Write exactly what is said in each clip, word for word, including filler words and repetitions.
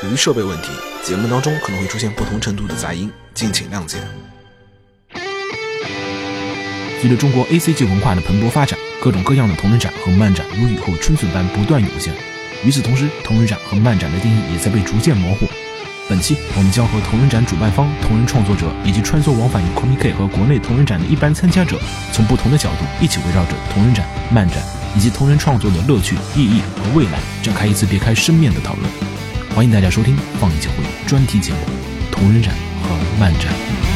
由于设备问题，节目当中可能会出现不同程度的杂音，敬请谅解。随着中国 A C G 文化的蓬勃发展，各种各样的同人展和漫展如雨后春笋般不断涌现。与此同时，同人展和漫展的定义也在被逐渐模糊。本期我们将和同人展主办方、同人创作者以及穿梭往返于 Comic 和国内同人展的一般参加者，从不同的角度一起围绕着同人展、漫展以及同人创作的乐趣、意义和未来，展开一次别开生面的讨论。欢迎大家收听放映协会专题节目《同人展和漫展》。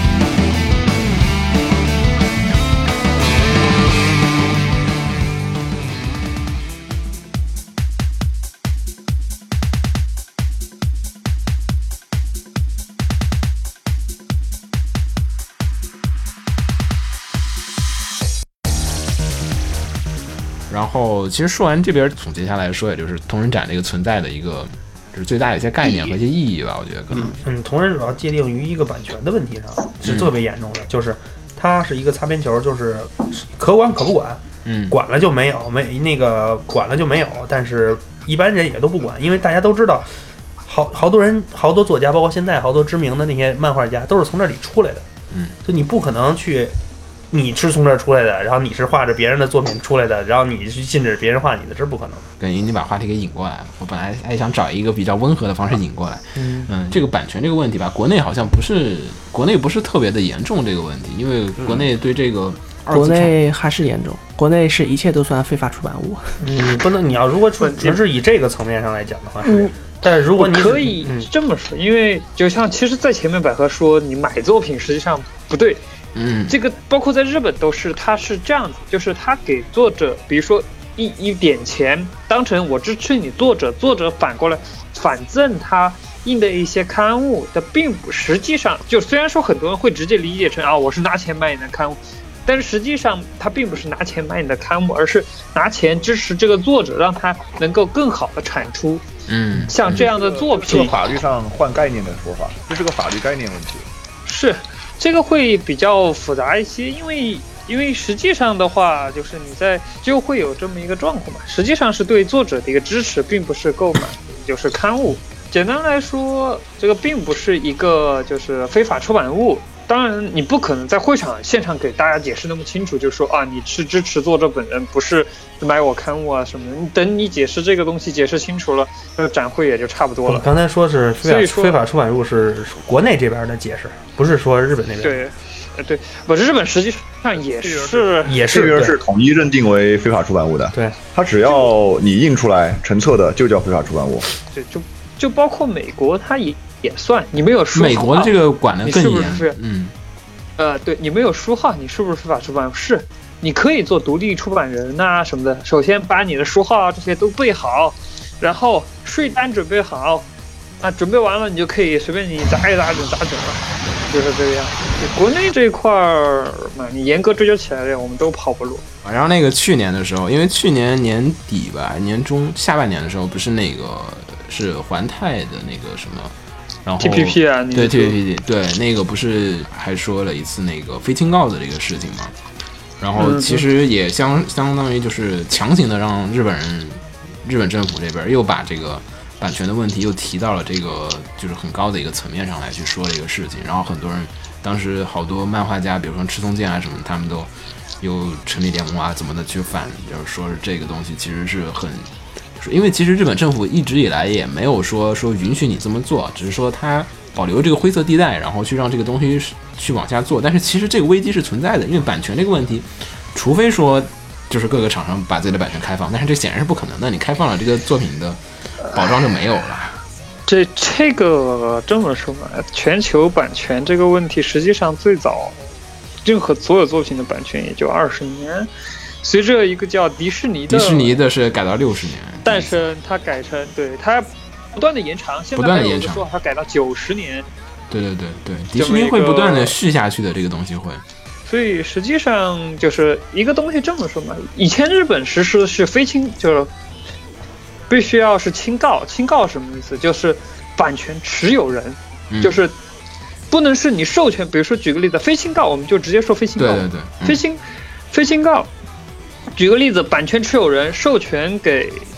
然后其实说完这边总结下来说，也就是同人展这个存在的一个就是最大的一些概念和一些意义吧，我觉得可能嗯，同人主要界定于一个版权的问题上是特别严重的、嗯、就是它是一个擦边球，就是可管可不管，嗯，管了就没有，没那个管了就没有，但是一般人也都不管，因为大家都知道好好多人好多作家，包括现在好多知名的那些漫画家都是从这里出来的，嗯，就你不可能去你是从这儿出来的，然后你是画着别人的作品出来的，然后你去禁止别人画你的，这是不可能的。 等于你把话题给引过来了，我本来还想找一个比较温和的方式引过来。嗯嗯，这个版权这个问题吧，国内好像不是国内不是特别的严重这个问题，因为国内对这个二次、嗯、国内还是严重，国内是一切都算非法出版物。 嗯，不能，你要如果纯纯是以这个层面上来讲的话，嗯，但是如果你可以这么说，因为就像其实，在前面百合说你买作品实际上不对。 嗯， 这个包括在日本都是，他是这样子，就是他给作者，比如说一一点钱当成我支持你作者，作者反过来反赠他印的一些刊物，它并不实际上就虽然说很多人会直接理解成啊我是拿钱买你的刊物，但是实际上他并不是拿钱买你的刊物，而是拿钱支持这个作者，让他能够更好的产出。 嗯， 像这样的作品， 这个法律上换概念的说法，这是个法律概念问题。 是。这个会比较复杂一些，因为因为实际上的话，就是你在就会有这么一个状况嘛。实际上是对作者的一个支持，并不是购买就是刊物。简单来说，这个并不是一个就是非法出版物。当然，你不可能在会场现场给大家解释那么清楚，就说啊，你是支持作者本人，不是买我刊物啊什么的。你等你解释这个东西解释清楚了，这个展会也就差不多了。 刚才说是非法非法出版物是国内这边的解释，不是说日本那边。 对，呃对，不，日本实际上也是也是这边是统一认定为非法出版物的。 对， 它只要你印出来成册的，就叫非法出版物。 对，就就包括美国，它也。也算，你没有书号， 美国的这个管得更严， 是不是？ 嗯， 呃，对，你没有书号，你是不是非法出版？是，你可以做独立出版人呐、啊、什么的。首先把你的书号啊这些都备好，然后税单准备好，啊，准备完了你就可以随便你咋一咋整咋整了，就是这个样。国内这一块儿嘛，你严格追究起来，我们都跑不路。 然后那个去年的时候，因为去年年底吧，年中下半年的时候，不是那个是环太的那个什么。然后 T P P 啊， 对 T P P 对那个不是还说了一次那个非清告的这个事情吗？然后其实也相相当于就是强行的让日本人、日本政府这边又把这个版权的问题又提到了这个就是很高的一个层面上来去说这个事情。然后很多人当时好多漫画家，比如说赤松健啊什么，他们都又成立联盟啊怎么的去反，就是说是这个东西其实是很。因为其实日本政府一直以来也没有说说允许你这么做，只是说它保留这个灰色地带，然后去让这个东西去往下做。但是其实这个危机是存在的，因为版权这个问题，除非说就是各个厂商把自己的版权开放，但是这显然是不可能的。你开放了，这个作品的保障就没有了。 这这个这么说嘛，全球版权这个问题，实际上最早任何所有作品的版权也就二十年。随着一个叫迪士尼的， 迪士尼的是改到六十年， 但是它改成对它不断的延长，现在有的说它改到九十年。 对对对对，迪士尼会不断的续下去的，这个东西会。 所以实际上就是一个东西这么说嘛，以前日本实施的是非清，就是必须要是清告，清告什么意思？就是版权持有人，嗯、就是不能是你授权，比如说举个例子，非清告，我们就直接说非清告， 对对对， 非清非清告。举个例子，版权持有人授权给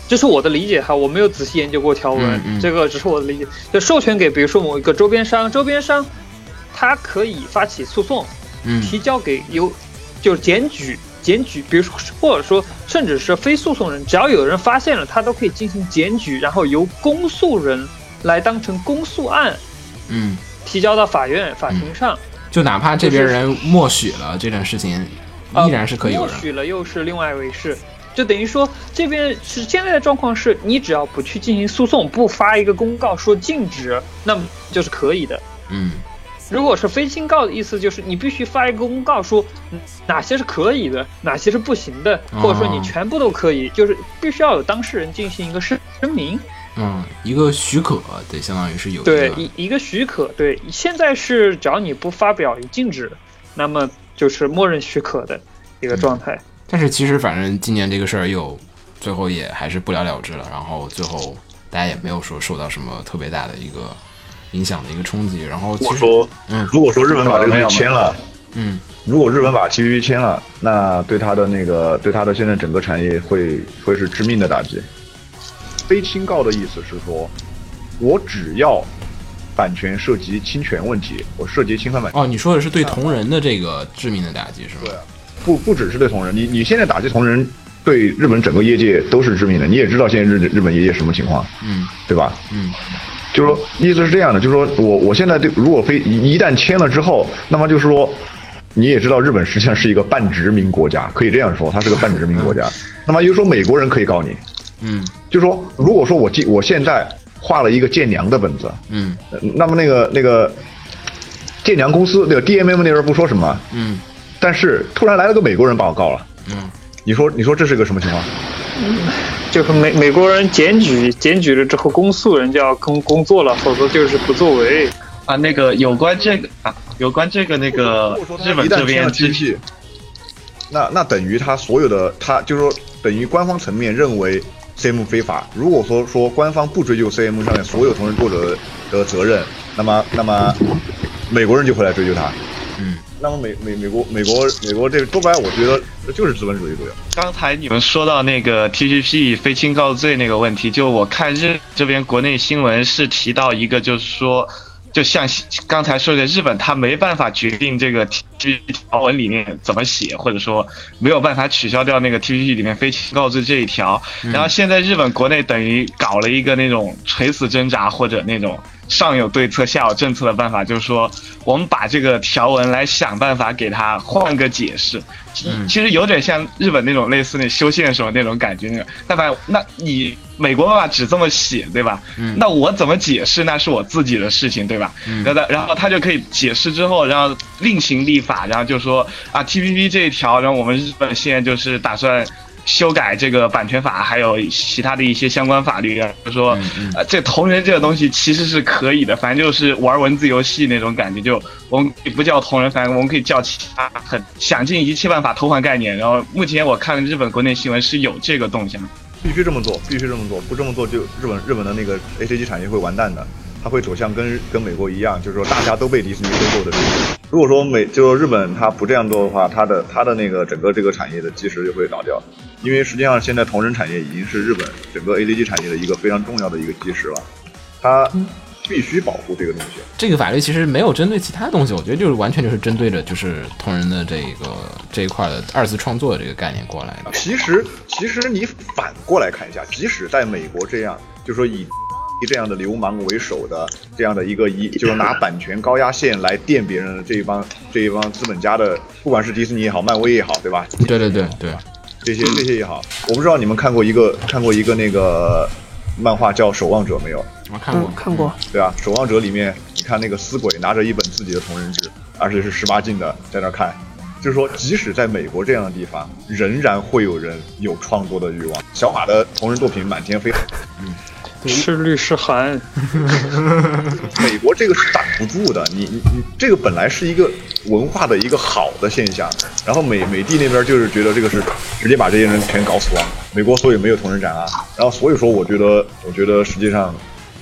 这是我的理解哈，我没有仔细研究过条文， 嗯嗯、 这个只是我的理解。就授权给比如说某一个周边商，周边商他可以发起诉讼， 嗯， 提交给由就是检举检举，比如说或者说甚至是非诉讼人，只要有人发现了，他都可以进行检举，然后由公诉人来当成公诉案， 嗯， 提交到法院法庭上。嗯、 就哪怕这边人默许了这件事情，依然是可以有人、 呃、默许了，又是另外一回事。就等于说，这边是现在的状况是，你只要不去进行诉讼，不发一个公告说禁止，那么就是可以的。 嗯， 如果是非清告的意思，就是你必须发一个公告说哪些是可以的，哪些是不行的，或者说你全部都可以，哦、就是必须要有当事人进行一个声明。 嗯，一个许可，对，相当于是有一个对一一个许可。对，现在是只要你不发表禁止，那么就是默认许可的一个状态。嗯， 但是其实反正今年这个事儿又最后也还是不了了之了，然后最后大家也没有说受到什么特别大的一个影响的一个冲击。然后如果说，嗯，如果说日本把这个东西签了， 嗯， 如果日本把 T P P 签了，那对他的那个对他的现在整个产业会会是致命的打击。非清告的意思是说，我只要版权涉及侵权问题，我涉及侵犯版权。 哦，你说的是对同人的这个致命的打击是吗？ 对。不不只是对同人，你你现在打击同人，对日本整个业界都是致命的。你也知道现在日日本业界什么情况， 嗯， 对吧？ 嗯， 就是说意思是这样的，就是说我我现在对如果非一旦签了之后，那么就是说，你也知道日本实际上是一个半殖民国家，可以这样说，它是个半殖民国家。那么也就是说美国人可以告你， 嗯， 就是说如果说我我现在画了一个建娘的本子， 嗯， 那么那个那个建娘公司那个 D M M 那边不说什么， 嗯。 但是突然来了个美国人把我告了， 嗯， 你说你说这是个什么情况？ 嗯，就是美美国人检举检举了之后，公诉人就要工工作了，否则就是不作为啊。那个有关这个啊，有关这个那个日本这边 T P P， 那那等于他所有的他就是说等于官方层面认为 C M 非法。如果说说官方不追究 C M 上面所有同人作者的责任，那么那么美国人就会来追究他。 嗯。 那么美美美国美国美国这说白了，我觉得就是资本主义作用。 刚才你们说到那个 T P P 非清告罪那个问题，就我看日这边国内新闻是提到一个，就是说，就像刚才说的，日本他没办法决定这个 T P P 条文里面怎么写，或者说没有办法取消掉那个 T P P 里面非清告罪这一条。然后现在日本国内等于搞了一个那种垂死挣扎或者那种上有对策下有政策的办法，就是说我们把这个条文来想办法给它换个解释。其实有点像日本那种类似那修宪什么那种感觉，那个但凡那你美国爸爸只这么写对吧？嗯，那我怎么解释那是我自己的事情对吧？嗯，然后然后他就可以解释之后，然后另行立法，然后就说啊 T P P 这一条，然后我们日本现在就是打算修改这个版权法，还有其他的一些相关法律，就说，嗯嗯呃，这同人这个东西其实是可以的，反正就是玩文字游戏那种感觉，就我们不叫同人，反正我们可以叫其他，很想尽一切办法偷换概念。然后目前我看日本国内新闻是有这个动向， 必须这么做，必须这么做，不这么做就日本日本的那个 A C G 产业会完蛋的。它会走向跟跟美国一样，就是说大家都被迪士尼收购的。如果说美就是说日本它不这样做的话，它的它的那个整个这个产业的基石就会倒掉。因为实际上现在同人产业已经是日本整个 A C G 产业的一个非常重要的一个基石了，它必须保护这个东西。 这个法律其实没有针对其他东西，我觉得就是完全就是针对着就是同人的这个这一块的二次创作的这个概念过来的。 其实其实你反过来看一下，即使在美国这样，就是说以这样的流氓为首的这样的一个一就是拿版权高压线来垫别人的这一帮这一帮资本家的，不管是迪士尼也好，漫威也好，对吧？ 对对对对， 这些这些也好，我不知道你们看过一个看过一个那个漫画叫《守望者》没有？ 我看过、 嗯、看过。 对啊，《守望者》里面你看那个死鬼拿着一本自己的同人志，而且是十八禁的，在那看。就是说，即使在美国这样的地方，仍然会有人有创作的欲望。小马的同人作品满天飞，嗯。 是律师函。 美国这个是挡不住的，你你你这个本来是一个文化的一个好的现象，然后美美帝那边就是觉得这个是直接把这些人全搞死亡。美国所以没有同人展啊，然后所以说我觉得我觉得实际上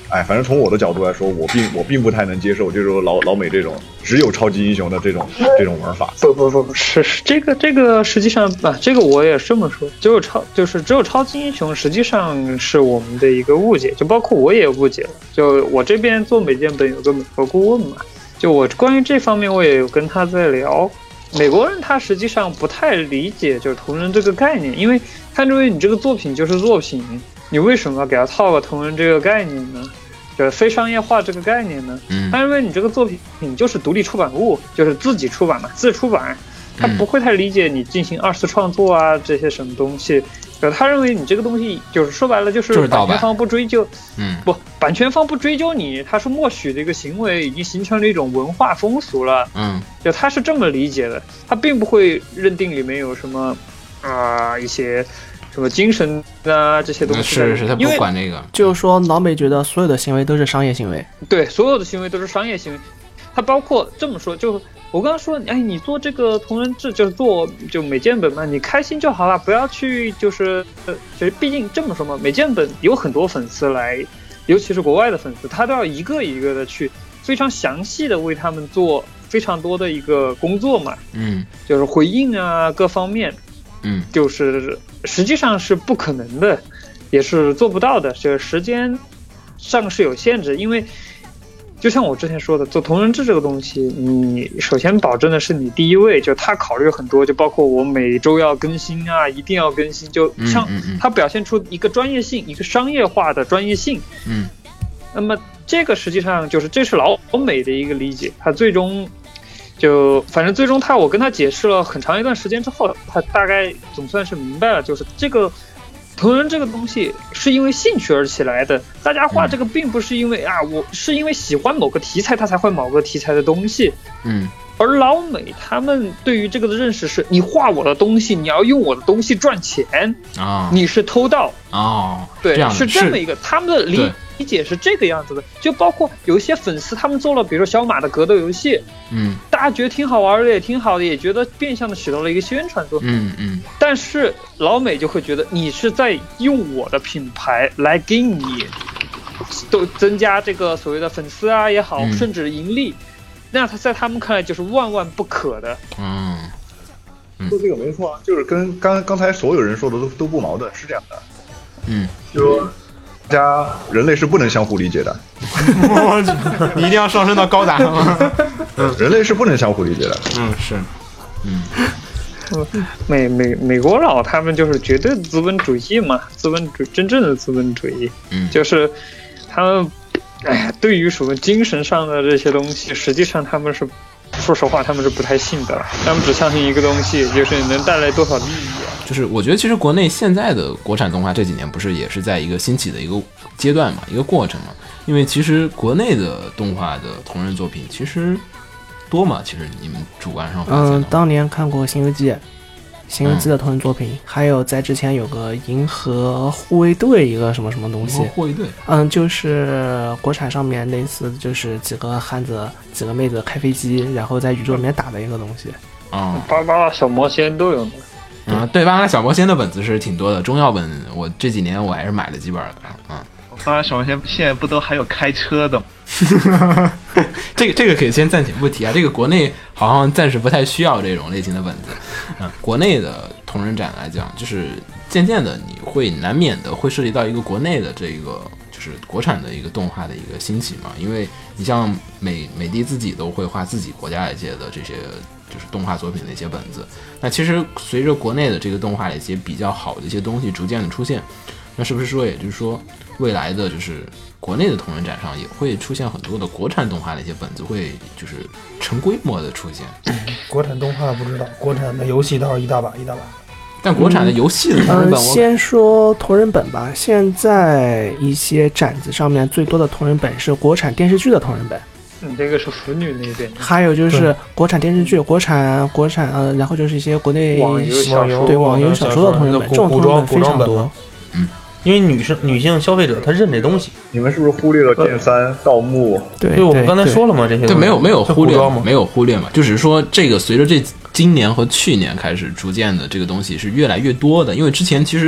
哎，反正从我的角度来说，我并我并不太能接受，就是说老老美这种只有超级英雄的这种这种玩法。 不不不不是是这个这个实际上啊，这个我也这么说，只有超就是只有超级英雄，实际上是我们的一个误解，就包括我也误解了。就我这边做美建本有个美国顾问嘛，就我关于这方面我也有跟他在聊。美国人他实际上不太理解就是同人这个概念，因为他认为你这个作品就是作品，你为什么要给他套个同人这个概念呢？就是非商业化这个概念呢？ 嗯， 他认为你这个作品就是独立出版物，就是自己出版嘛，自出版，他不会太理解你进行二次创作啊这些什么东西。就他认为你这个东西就是说白了就是版权方不追究， 嗯， 不，版权方不追究你，他是默许的一个行为，已经形成了一种文化风俗了， 嗯， 就他是这么理解的，他并不会认定里面有什么啊、呃、一些什么精神啊这些东西， 是是，他不管这个， 就是说老美觉得所有的行为都是商业行为， 对，所有的行为都是商业行为，他包括这么说就。我刚刚说，哎，你做这个同人志就是做就美建本嘛，你开心就好了，不要去就是呃，就是毕竟这么说嘛，美建本有很多粉丝来，尤其是国外的粉丝，他都要一个一个的去非常详细的为他们做非常多的一个工作嘛， 嗯， 就是回应啊各方面， 嗯， 就是实际上是不可能的，也是做不到的，就是时间上是有限制，因为。就像我之前说的，做同人志这个东西，你首先保证的是你第一位，就他考虑很多，就包括我每周要更新啊，一定要更新，就像他表现出一个专业性，一个商业化的专业性。 嗯， 那么这个实际上就是这是老美的一个理解，他最终就反正最终他我跟他解释了很长一段时间之后，他大概总算是明白了，就是这个。同人这个东西是因为兴趣而起来的，大家画这个并不是因为啊，我是因为喜欢某个题材，他才画某个题材的东西。 嗯， 而老美他们对于这个的认识是，你画我的东西，你要用我的东西赚钱啊， 你是偷盗哦， 对， 这是这么一个他们的理理解是这个样子的。就包括有一些粉丝他们做了，比如说小马的格斗游戏， 嗯， 大家觉得挺好玩的，也挺好的，也觉得变相的起到了一个宣传作用， 嗯嗯。 但是老美就会觉得你是在用我的品牌来给你都增加这个所谓的粉丝啊也好， 嗯、 甚至盈利，那他在他们看来就是万万不可的。 嗯， 说这个没错啊，就是跟刚刚才所有人说的都都不矛盾，是这样的。 嗯， 就说大家人类是不能相互理解的。 你一定要上升到高达吗？ 嗯，人类是不能相互理解的。 嗯，是，嗯。 美美美国佬他们就是绝对资本主义嘛，资本主真正的资本主义， 嗯， 就是他们，哎呀，对于什么精神上的这些东西，实际上他们是，说实话他们是不太信的，他们只相信一个东西，就是能带来多少利益啊。 就是我觉得其实国内现在的国产动画这几年不是也是在一个兴起的一个阶段嘛，一个过程嘛，因为其实国内的动画的同人作品其实。多吗？其实你们主观上发现嗯，当年看过《新游记》，《新游记》的同人作品、嗯，还有在之前有个《银河护卫队》一个什么什么东西。 护卫队。 嗯，就是国产上面类似，就是几个汉子、几个妹子开飞机，然后在宇宙里面打的一个东西。 啊、嗯， 巴巴拉小魔仙都有呢。 嗯，对，巴巴拉小魔仙的本子是挺多的，中药本我这几年我还是买了几本的。嗯。 巴巴拉小魔仙现在不都还有开车的吗？ 这个这个可以先暂且不提啊，这个国内好像暂时不太需要这种类型的本子。嗯，国内的同人展来讲，就是渐渐的你会难免的会涉及到一个国内的这个就是国产的一个动画的一个兴起嘛，因为你像美美的自己都会画自己国家一些的这些就是动画作品的一些本子，那其实随着国内的这个动画的一些比较好的一些东西逐渐的出现，那是不是说也就是说未来的就是国内的同人展上也会出现很多的国产动画的一些本子会就是成规模的出现？ 国产动画不知道，国产的游戏倒是一大把一大把。 但国产的游戏的同人本、 嗯，先说同人本吧。现在一些展子上面最多的同人本是国产电视剧的同人本。 你、嗯、这个是腐女那边。 还有就是国产电视剧、国产国产呃，然后就是一些国内网游小说， 对网游小说的同人本，这种同人本非常多。 嗯。 因为女生女性消费者她认这东西， 你们是不是忽略了剑三、盗墓？ 对， 对，我们刚才说了嘛，这些对没有没有忽略嘛，没有忽略嘛，就只是说这个随着这今年和去年开始逐渐的这个东西是越来越多的，因为之前其实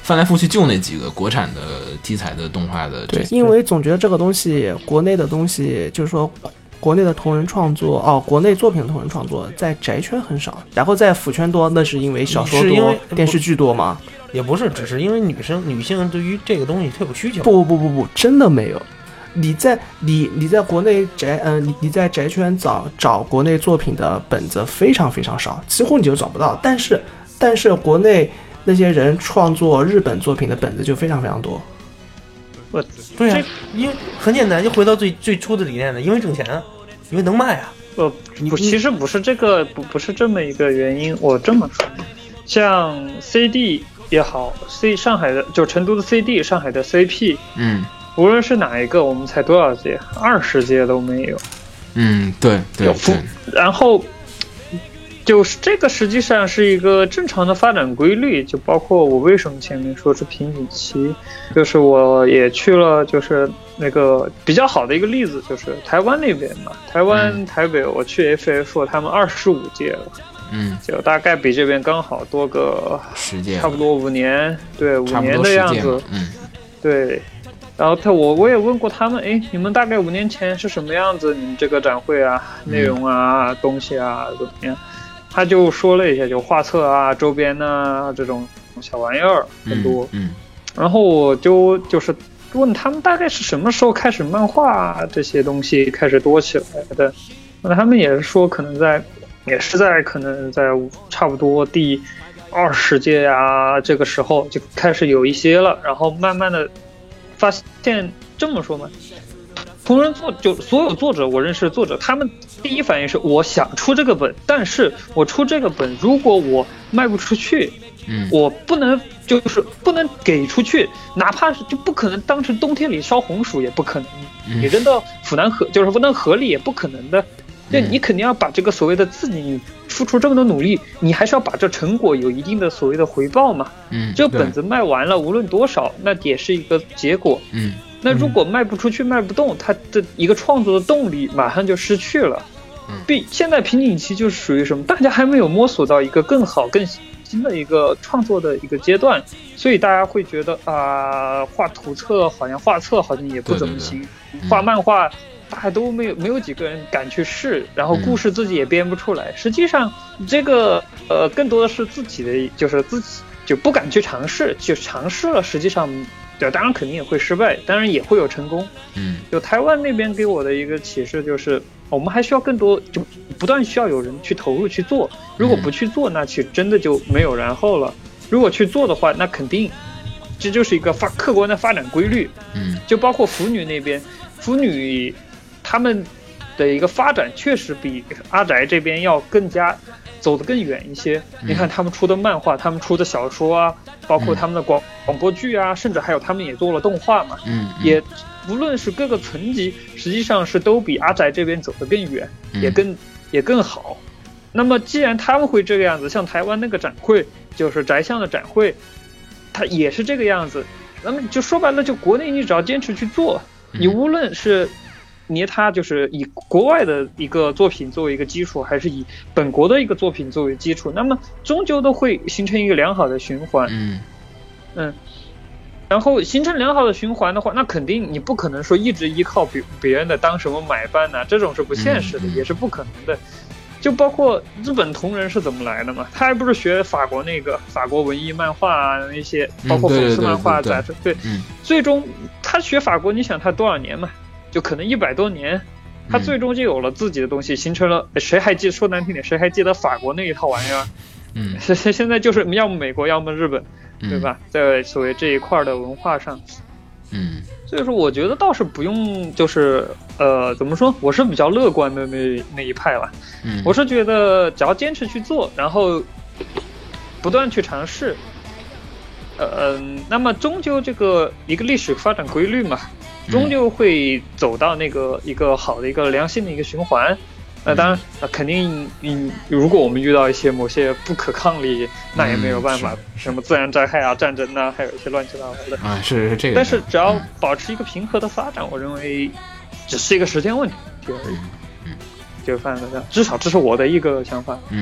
翻来覆去就那几个国产的题材的动画的。 对，因为总觉得这个东西，国内的东西，就是说国内的同人创作，哦，国内作品的同人创作在宅圈很少，然后在腐圈多，那是因为小说多，电视剧多吗？ 也不是，只是因为女生女性对于这个东西特有需求。 不不不不不，真的没有。你在你你在国内宅嗯、呃，你你在宅圈找找国内作品的本子非常非常少，几乎你就找不到。但是但是国内那些人创作日本作品的本子就非常非常多。 我对啊，因为很简单，就回到最最初的理念了，因为挣钱啊，因为能卖啊。 呃，不，其实不是这个，不不是这么一个原因。我这么说，像 C D 也好 ，C 上海的就成都的 C D， 上海的 C P， 嗯。 无论是哪一个，我们才多少届？二十届都没有。 嗯，对对对。 然后就是这个，实际上是一个正常的发展规律。就包括我为什么前面说是瓶颈期，就是我也去了，就是那个比较好的一个例子，就是台湾那边嘛。台湾、嗯、台北，我去 F F， 他们二十五届了。 嗯， 就大概比这边刚好多个十届， 差不多五年，对，五年的样子。 嗯， 对。然后他我我也问过他们，哎，你们大概五年前是什么样子？你们这个展会啊，内容啊，嗯、东西啊怎么样？他就说了一下，就画册啊、周边啊这种小玩意儿很多。 嗯。嗯然后我就就是问他们大概是什么时候开始漫画、啊、这些东西开始多起来的？那他们也是说，可能在也是在可能在差不多第二十届啊这个时候就开始有一些了，然后慢慢的。发现这么说嘛，同人作就所有作者我认识的作者，他们第一反应是我想出这个本，但是我出这个本，如果我卖不出去， 嗯， 我不能就是不能给出去，哪怕是就不可能当成冬天里烧红薯也不可能， 嗯、 你扔到府南河就是府南河里也不可能的。对，你肯定要把这个所谓的自己付出这么多努力，你还是要把这成果有一定的所谓的回报嘛。 嗯， 这个本子卖完了，无论多少，那也是一个结果。 嗯， 那如果卖不出去、卖不动，它的一个创作的动力马上就失去了。 嗯， 并现在瓶颈期就是属于什么？大家还没有摸索到一个更好、更新的一个创作的一个阶段，所以大家会觉得啊、呃，画图册好像画册好像也不怎么行， 对对对画漫画。大家都没有没有几个人敢去试，然后故事自己也编不出来。嗯、实际上，这个呃更多的是自己的，就是自己就不敢去尝试，就尝试了，实际上，对，当然肯定也会失败，当然也会有成功。 嗯， 就台湾那边给我的一个启示就是，我们还需要更多，就不断需要有人去投入去做。如果不去做，那其实真的就没有然后了。如果去做的话，那肯定这就是一个发客观的发展规律。 嗯， 就包括腐女那边，腐女。他们的一个发展确实比阿宅这边要更加走得更远一些。 嗯、 你看他们出的漫画，他们出的小说啊，包括他们的广广播剧啊，甚至还有他们也做了动画嘛。 嗯，嗯也无论是各个层级，实际上是都比阿宅这边走得更远， 嗯、 也更也更好。那么既然他们会这个样子，像台湾那个展会，就是宅向的展会，它也是这个样子。那么就说白了，就国内你只要坚持去做，你无论是捏它就是以国外的一个作品作为一个基础，还是以本国的一个作品作为基础，那么终究都会形成一个良好的循环。 嗯嗯，然后形成良好的循环的话，那肯定你不可能说一直依靠别别人的当什么买办呐、啊，这种是不现实的， 嗯、 也是不可能的。就包括日本同人是怎么来的嘛？他还不是学法国那个法国文艺漫画啊那些，包括讽刺漫画杂志、嗯、对, 对, 对, 对, 对、嗯，最终他学法国，你想他多少年嘛？就可能一百多年，他最终就有了自己的东西，嗯、形成了谁还记说难听点，谁还记得法国那一套玩意儿？ 嗯， 现现在就是要么美国，要么日本，对吧？嗯、在所谓这一块的文化上， 嗯， 所以说我觉得倒是不用，就是呃，怎么说？我是比较乐观的那那一派了。 嗯， 我是觉得只要坚持去做，然后不断去尝试，呃，那么终究这个一个历史发展规律嘛，终究会走到那个一个好的一个良性的一个循环。那当然，那肯定，嗯，如果我们遇到一些某些不可抗力，那也没有办法， 嗯、 什么自然灾害啊、战争啊，还有一些乱七八糟的啊，是是这个。 但是只要保持一个平和的发展，嗯、我认为只是一个时间问题而已。 嗯， 就反正这样，至少这是我的一个想法。 嗯，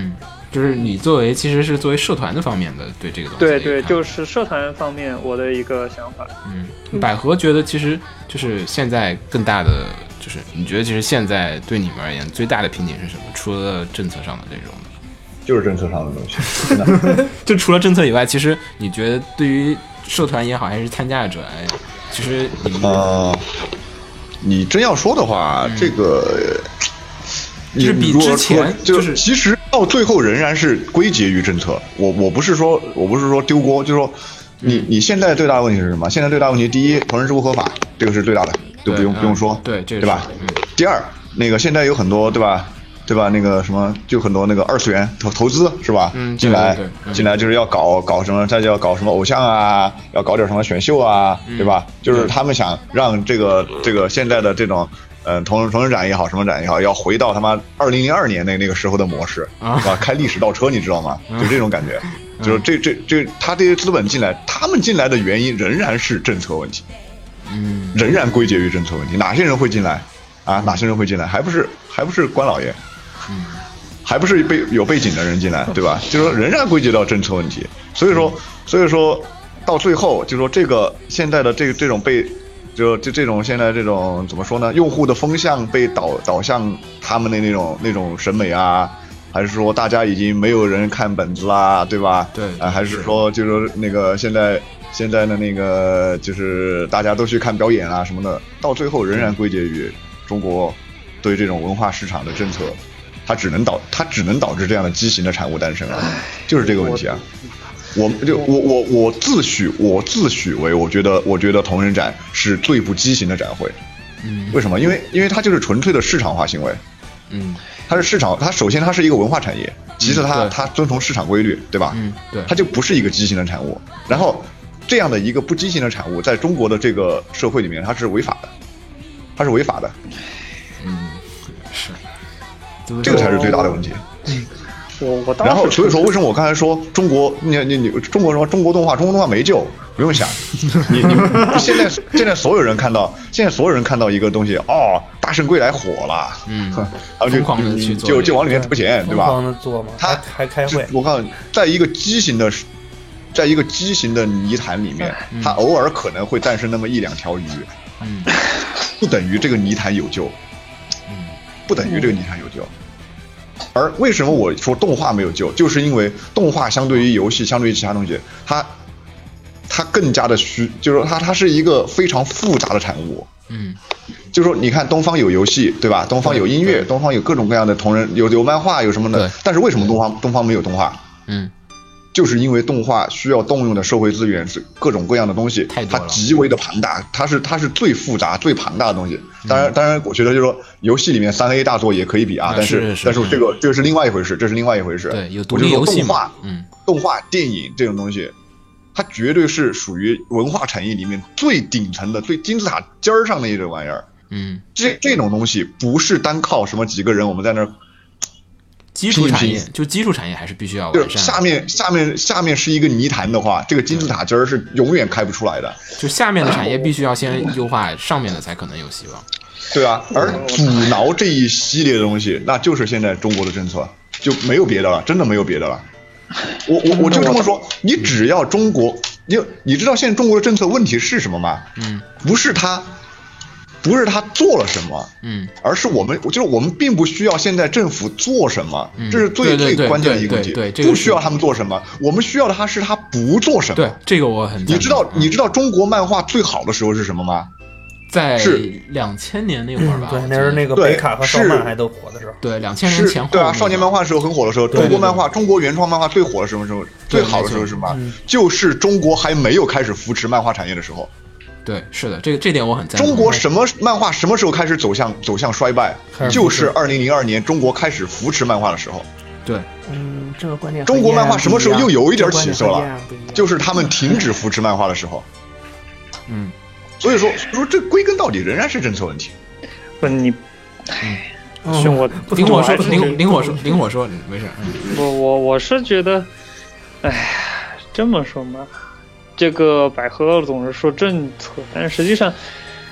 就是你作为其实是作为社团的方面的对这个东西， 对对，就是社团方面我的一个想法。 嗯，百合觉得其实就是现在更大的，就是你觉得其实现在对你们而言最大的瓶颈是什么？除了政策上的这种， 就是政策上的东西。 就除了政策以外，其实你觉得对于社团也好，还是参加者来，其实你呃，你真要说的话，嗯、这个。 就是比之前就是其实到最后仍然是归结于政策。我我不是说我不是说丢锅，就是说你、嗯、你现在最大的问题是什么？现在最大的问题，第一，同人志不合法，这个是最大的，就不用、嗯、不用说， 对这个对吧、 嗯？ 第二，那个现在有很多对吧？对吧？那个什么，就很多那个二次元投投资是吧？ 嗯， 进来对对对、嗯、 进来就是要搞搞什么，再就要搞什么偶像啊，要搞点什么选秀啊， 嗯、 对吧？就是他们想让这个这个现在的这种。嗯，同同人展也好，什么展也好，要回到他妈二零零二年那那个时候的模式， 啊， 是吧？开历史倒车，你知道吗？就这种感觉，嗯、就是这这这，他这些资本进来，他们进来的原因仍然是政策问题， 嗯， 仍然归结于政策问题。哪些人会进来啊？哪些人会进来？还不是还不是官老爷， 嗯， 还不是背有背景的人进来，对吧？就是说仍然归结到政策问题。所以说，所以说到最后，就是说这个现在的这个这种被。就就这种现在这种怎么说呢？用户的风向被导导向他们的那种那种审美啊，还是说大家已经没有人看本子啦，对吧？ 对啊，还是说就是说那个现在现在的那个就是大家都去看表演啊什么的，到最后仍然归结于中国对这种文化市场的政策，它只能导它只能导致这样的畸形的产物诞生啊，就是这个问题啊。我就我我我自诩我自诩为我觉得我觉得同人展是最不畸形的展会， 嗯， 为什么？因为因为它就是纯粹的市场化行为， 嗯， 它是市场，它首先它是一个文化产业，其次它、嗯、它遵从市场规律，对吧？ 嗯，对， 它就不是一个畸形的产物。然后这样的一个不畸形的产物，在中国的这个社会里面，它是违法的，它是违法的， 嗯，是， 这个才是最大的问题。 嗯。我我然后所以说为什么我刚才说中国你你你中国什么中国动画中国动画没救，不用想，你你现在现在所有人看到现在所有人看到一个东西哦，大圣归来火了， 嗯， 然后就狂的去做就就往里面投钱，对吧？ 疯狂的做嘛，他还开会。 我告诉你，在一个畸形的，在一个畸形的泥潭里面，它偶尔可能会诞生那么一两条鱼， 嗯， 不等于这个泥潭有救， 嗯， 不等于这个泥潭有救。而为什么我说动画没有救，就是因为动画相对于游戏，相对于其他东西，它它更加的虚，就是说它它是一个非常复杂的产物。 嗯， 就是说你看东方有游戏，对吧？东方有音乐，东方有各种各样的同人，有有漫画，有什么的。但是为什么东方东方没有动画？ 嗯， 就是因为动画需要动用的社会资源是各种各样的东西，它极为的庞大，它是它是最复杂最庞大的东西。当然当然，我觉得就是说游戏里面三 A 大作也可以比啊，但是但是这个这个是另外一回事，这是另外一回事。 对，有独立游戏嘛，嗯，动画电影这种东西，它绝对是属于文化产业里面最顶层的、最金字塔尖儿上的一种玩意儿。 嗯， 这这种东西不是单靠什么几个人我们在那儿。 基础产业就基础产业还是必须要完善。 就下面下面下面是一个泥潭的话，这个金字塔尖儿是永远开不出来的。 就下面的产业必须要先优化，上面的才可能有希望。 对啊，而阻挠这一系列的东西，那就是现在中国的政策，就没有别的了，真的没有别的了。我我我就这么说，你只要中国，你你知道现在中国的政策问题是什么吗？ 嗯， 不是他。不是他做了什么， 嗯， 而是我们，就是我们并不需要现在政府做什么， 嗯、 这是最对对对最关键的一个问题。 对，对对这个、 不需要他们做什么，我们需要的他是他不做什么。 对，这个我很。 你知道、 嗯、 你知道中国漫画最好的时候是什么吗？ 在是两千年那会儿吧、 嗯，对，那是那个北卡和少漫还都火的时候。 对，两千年前后、那个。 对啊，少年漫画时候很火的时候，中国漫画、中国原创漫画最火的时候，时候最好的时候是什么、嗯？就是中国还没有开始扶持漫画产业的时候。 对，是的，这个这点我很赞同。 中国什么漫画什么时候开始走向走向衰败？就是二零零二年中国开始扶持漫画的时候。 对， 嗯，这个观念。 中国漫画什么时候又有一点起色了？就是他们停止扶持漫画的时候。 嗯， 所以说，说这归根到底仍然是政策问题。 不，你， 唉， 兄我灵火说，灵灵火说，灵火说，没事。 我我我是觉得，哎，这么说嘛。这个百合总是说政策，但是实际上，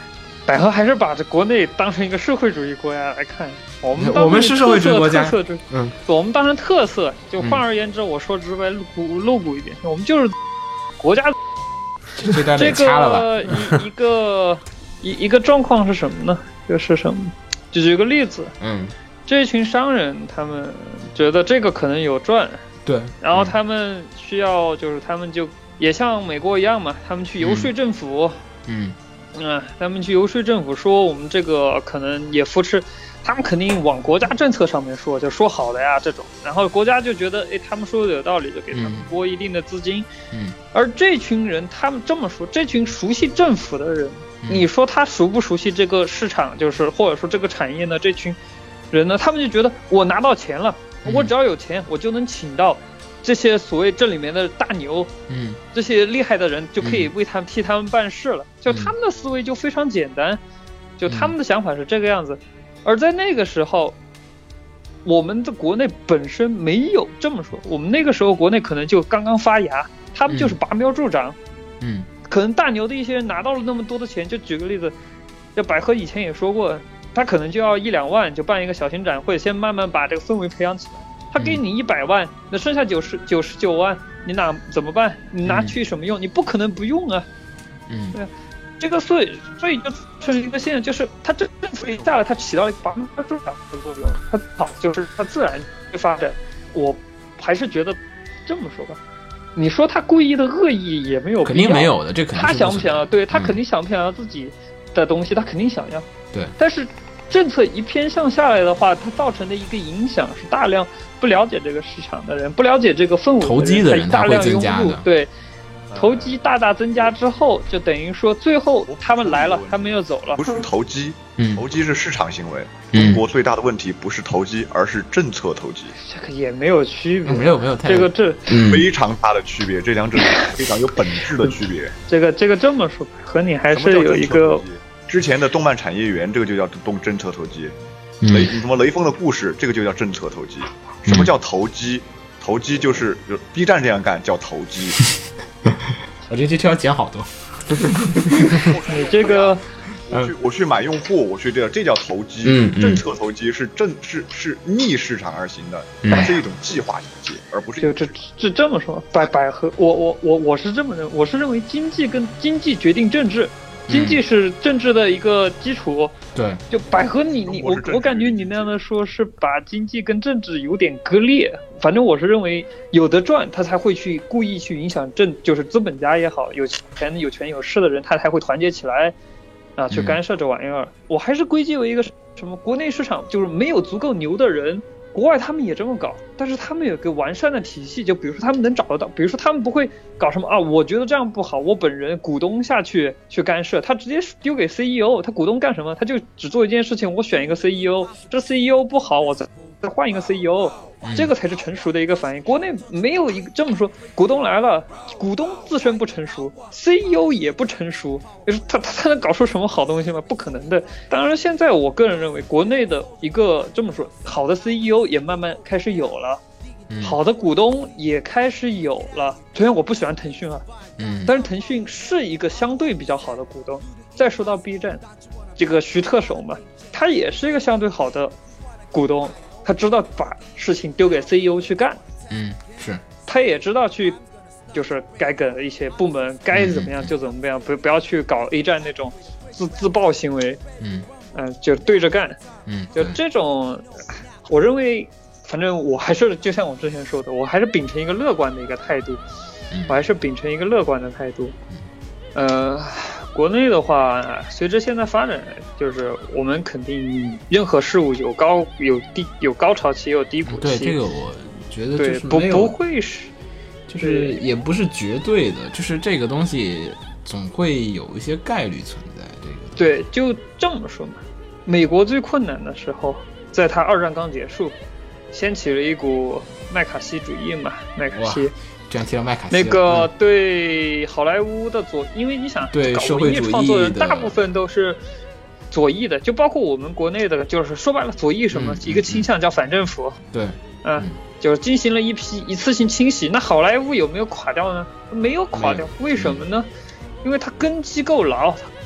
百合还是把这国内当成一个社会主义国家来看，我们我们是社会主义国家， 特色嗯，我们当成特色，就换而言之，我说直白露骨露骨一点，我们就是国家。 这段得掐了吧？ 这个一一个一一个状况是什么呢？就是什么？就举个例子， 嗯， 这群商人他们觉得这个可能有赚， 对， 然后他们需要就是他们就也像美国一样嘛，他们去游说政府， 嗯。 嗯啊，他们去游说政府说我们这个可能也扶持，他们肯定往国家政策上面说，就说好的呀这种，然后国家就觉得哎他们说的有道理，就给他们拨一定的资金。 嗯， 而这群人他们这么说，这群熟悉政府的人，嗯、你说他熟不熟悉这个市场，就是或者说这个产业呢？这群人呢，他们就觉得我拿到钱了，我只要有钱，我就能请到这些所谓这里面的大牛， 嗯， 这些厉害的人就可以为他们、嗯、替他们办事了。就他们的思维就非常简单，嗯、就他们的想法是这个样子。而在那个时候，我们的国内本身没有这么说。我们那个时候国内可能就刚刚发芽，他们就是拔苗助长。 嗯， 可能大牛的一些人拿到了那么多的钱，就举个例子，就百合以前也说过，他可能就要一两万就办一个小型展会，先慢慢把这个氛围培养起来。他给你一百万，那剩下九十九十九万，你拿怎么办？你拿去什么用？嗯、你不可能不用啊。 嗯， 对，这个所以所以就出现一个现象，就是它这政府一下来，它起到了一个拔苗助长的作用，它好就是它自然会发展。我还是觉得这么说吧，你说他故意的恶意也没有必要， 肯定没有的，这肯定他想不想要？对他肯定想不想要自己的东西，嗯、他肯定想要。 对， 但是政策一偏向下来的话，它造成的一个影响是大量不了解这个市场的人，不了解这个氛围的人， 投机的人大量增加涌入，对，投机大大增加之后，就等于说最后他们来了，他们又走了。 不是投机， 嗯、 投机是市场行为。 嗯、 中国最大的问题不是投机，而是政策投机。 这个也没有区别， 没有没有太这个这、 嗯、 非常大的区别，这两者非常有本质的区别。 这个这个这么说，和你还是有一个之前的动漫产业园，这个就叫动政策投机。雷什么雷锋的故事，这个就叫政策投机。什么叫投机？投机就是就 B 站这样干叫投机。 我这期要讲好多。 你这个， 我去我去买用户，我去这样，这叫投机。 嗯嗯、 政策投机是正是是逆市场而行的，它是一种计划经济，而不是就这这这么说。百百合，我我我我是这么认为，我是认为经济跟经济决定政治。经济是政治的一个基础， 对， 就百合你你我我感觉你那样的说是把经济跟政治有点割裂，反正我是认为有的赚他才会去故意去影响政，就是资本家也好，有钱有权有势的人他才会团结起来啊去干涉这玩意儿。嗯、我还是归结为一个什么国内市场就是没有足够牛的人。国外他们也这么搞，但是他们有个完善的体系，就比如说他们能找得到，比如说他们不会搞什么啊，我觉得这样不好，我本人股东下去去干涉，他直接丢给 C E O， 他股东干什么？他就只做一件事情，我选一个 C E O， 这 C E O 不好，我再再换一个 C E O， 这个才是成熟的一个反应。国内没有一个这么说，股东来了，股东自身不成熟 ，C E O 也不成熟，就是他他他能搞出什么好东西吗？不可能的。当然，现在我个人认为，国内的一个这么说好的 C E O 也慢慢开始有了，好的股东也开始有了。虽然我不喜欢腾讯啊， 嗯， 但是腾讯是一个相对比较好的股东。再说到 B 站，这个徐特首嘛，他也是一个相对好的股东。他知道把事情丢给 C E O 去干， 嗯，是， 他也知道去，就是该给一些部门该怎么样就怎么样，不不要去搞 A 站那种自自爆行为， 嗯嗯、呃，就对着干， 嗯， 就这种，我认为，反正我还是就像我之前说的，我还是秉承一个乐观的一个态度， 嗯、 我还是秉承一个乐观的态度，呃。国内的话，随着现在发展，就是我们肯定任何事物有高有低，有高潮期，有低谷期。 对，这个我觉得就是不不会是， 就是也不是绝对的，就是这个东西总会有一些概率存在。这个对，就这么说嘛。美国最困难的时候，在他二战刚结束，掀起了一股麦卡锡主义嘛，麦卡锡。 这样提到麦卡锡那个对好莱坞的左，因为你想对搞文艺创作人大部分都是左翼的，就包括我们国内的，就是说白了左翼什么、嗯、一个倾向叫反政府， 对， 嗯，就是进行了一批一次性清洗。那好莱坞有没有垮掉呢？没有垮掉，为什么呢？因为它根基够牢，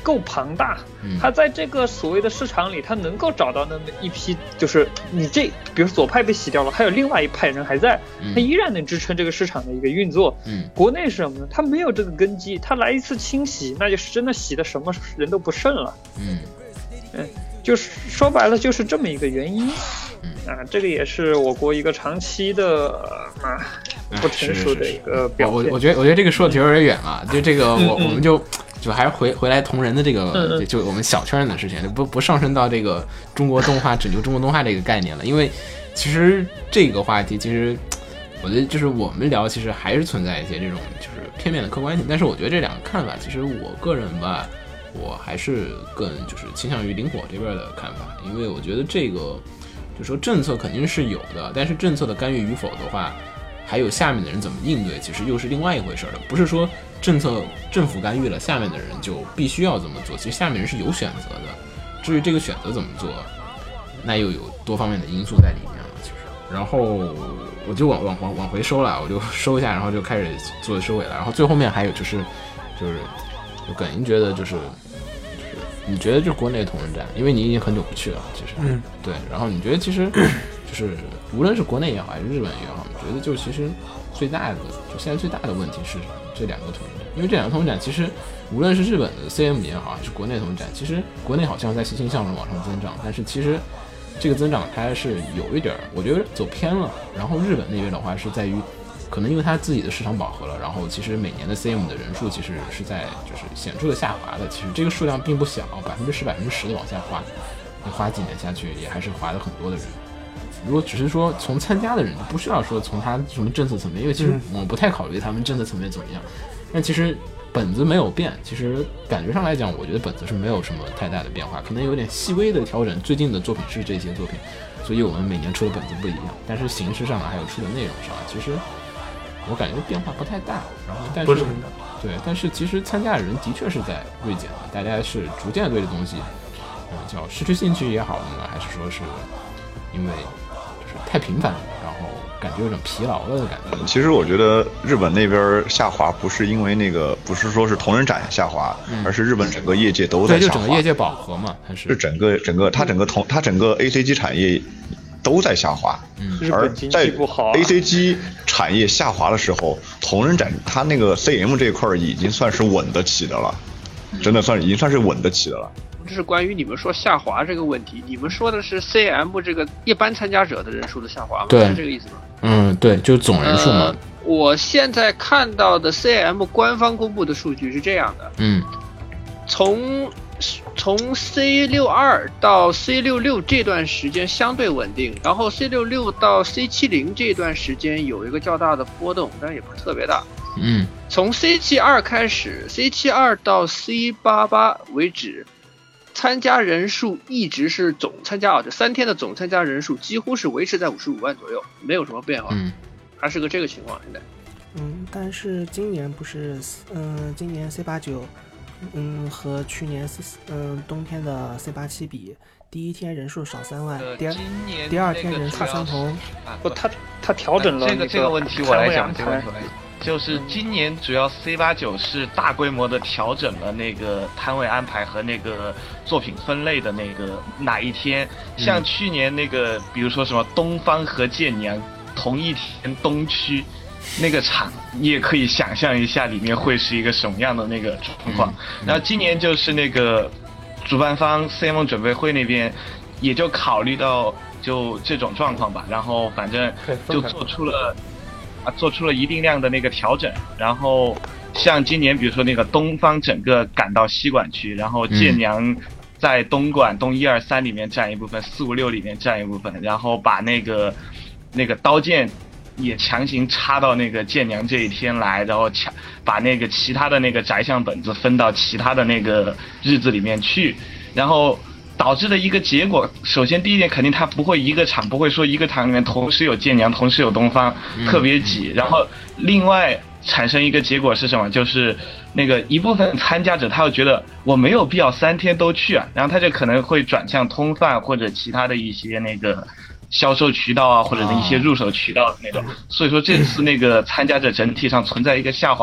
够庞大，他在这个所谓的市场里，他能够找到那么一批，就是你这，比如左派被洗掉了，还有另外一派人还在，他依然能支撑这个市场的一个运作。嗯，国内是什么呢？他没有这个根基，他来一次清洗，那就是真的洗的什么人都不剩了。嗯，嗯，就是说白了就是这么一个原因。啊，这个也是我国一个长期的啊不成熟的一个表现。 我我觉得我觉得这个说的有点远了，就这个我、嗯、我们就就还是回回来同人的这个、嗯、就我们小圈的事情，不不上升到这个中国动画拯救中国动画这个概念了，因为其实这个话题其实我觉得就是我们聊其实还是存在一些这种就是片面的客观性，但是我觉得这两个看法其实我个人吧，我还是更就是倾向于灵火这边的看法，因为我觉得这个。就说政策肯定是有的，但是政策的干预与否的话，还有下面的人怎么应对，其实又是另外一回事了。不是说政策政府干预了，下面的人就必须要这么做，其实下面人是有选择的。至于这个选择怎么做，那又有多方面的因素在里面了。其实，然后我就往往往往回收了，我就收一下，然后就开始做收尾了。然后最后面还有就是就是就耿英觉得就是。你觉得就是国内同人展，因为你已经很久不去了，其实，嗯，对。然后你觉得其实就是无论是国内也好，还是日本也好，你觉得就其实最大的，就现在最大的问题是这两个同人展，因为这两个同人展其实无论是日本的 C M 也好，还是国内同人展，其实国内好像在欣欣向荣往上增长，但是其实这个增长它是有一点，我觉得走偏了。然后日本那边的话是在于。可能因为它自己的市场饱和了，然后其实每年的 C M 的人数其实是在就是显著的下滑的，其实这个数量并不小，百分之十、百分之十的往下滑，你滑几年下去也还是滑的很多的人。如果只是说从参加的人，不需要说从他什么政策层面，因为其实我不太考虑他们政策层面怎么样，但其实本子没有变，其实感觉上来讲，我觉得本子是没有什么太大的变化，可能有点细微的调整。最近的作品是这些作品，所以我们每年出的本子不一样，但是形式上还有出的内容上，其实。我感觉变化不太大，然后但是对，但是其实参加的人的确是在锐减的，大家是逐渐对这东西，嗯，叫失去兴趣也好呢，还是说是因为就是太频繁了，然后感觉有种疲劳了的感觉。 其实我觉得日本那边下滑不是因为那个，不是说是同人展下滑，嗯、而是日本整个业界都在下滑。对， 就整个业界饱和嘛，还是是整个整个它整个同它整个 A C G 产业。都在下滑， 嗯， 而在 A C G 产业下滑的时候，同人展它那个 C M 这一块已经算是稳得起的了，真的算已经算是稳得起的了。 这是关于你们说下滑这个问题，你们说的是 C M 这个一般参加者的人数的下滑吗？ 对， 是这个意思吗？ 嗯，对，就是总人数嘛。 呃、我现在看到的 C M 官方公布的数据是这样的， 嗯， 从。从 C 六十二 到 C 六十六 这段时间相对稳定，然后 C 六十六 到 C 七十 这段时间有一个较大的波动，但也不是特别大。 嗯， 从 C 七十二 开始 ，C 七十二 到 C 八十八 为止，参加人数一直是总参加啊，这三天的总参加人数几乎是维持在五十五万左右，没有什么变化， 嗯， 还是个这个情况现在。 嗯，但是今年不是，嗯、呃，今年 C 八十九。嗯，和去年嗯冬天的 C 八十七 比，第一天人数少三万， 呃、 第二第二天人数相同。 啊、不，他他调整了、 这个这个问题我来讲，这个问题就是今年主要 C 八十九 是大规模的调整了那个摊位安排和那个作品分类的那个哪一天，像去年那个，比如说什么东方和剑娘同一天东区。那个场你也可以想象一下里面会是一个什么样的那个状况、嗯、然后今年就是那个主办方 C M 准备会那边也就考虑到就这种状况吧，然后反正就做出了啊做出了一定量的那个调整，然后像今年比如说那个东方整个赶到西莞区，然后剑娘在东莞东一二三里面占一部分，四五六里面占一部分，然后把那个那个刀剑也强行插到那个剑娘这一天来，然后强把那个其他的那个宅向本子分到其他的那个日子里面去，然后导致的一个结果，首先第一点肯定它不会一个场不会说一个场里面同时有剑娘同时有东方特别挤，然后另外产生一个结果是什么，就是那个一部分参加者他会觉得我没有必要三天都去啊，然后他就可能会转向通贩或者其他的一些那个销售渠道啊，或者一些入手渠道的那种，所以说这次那个参加者整体上存在一个下滑，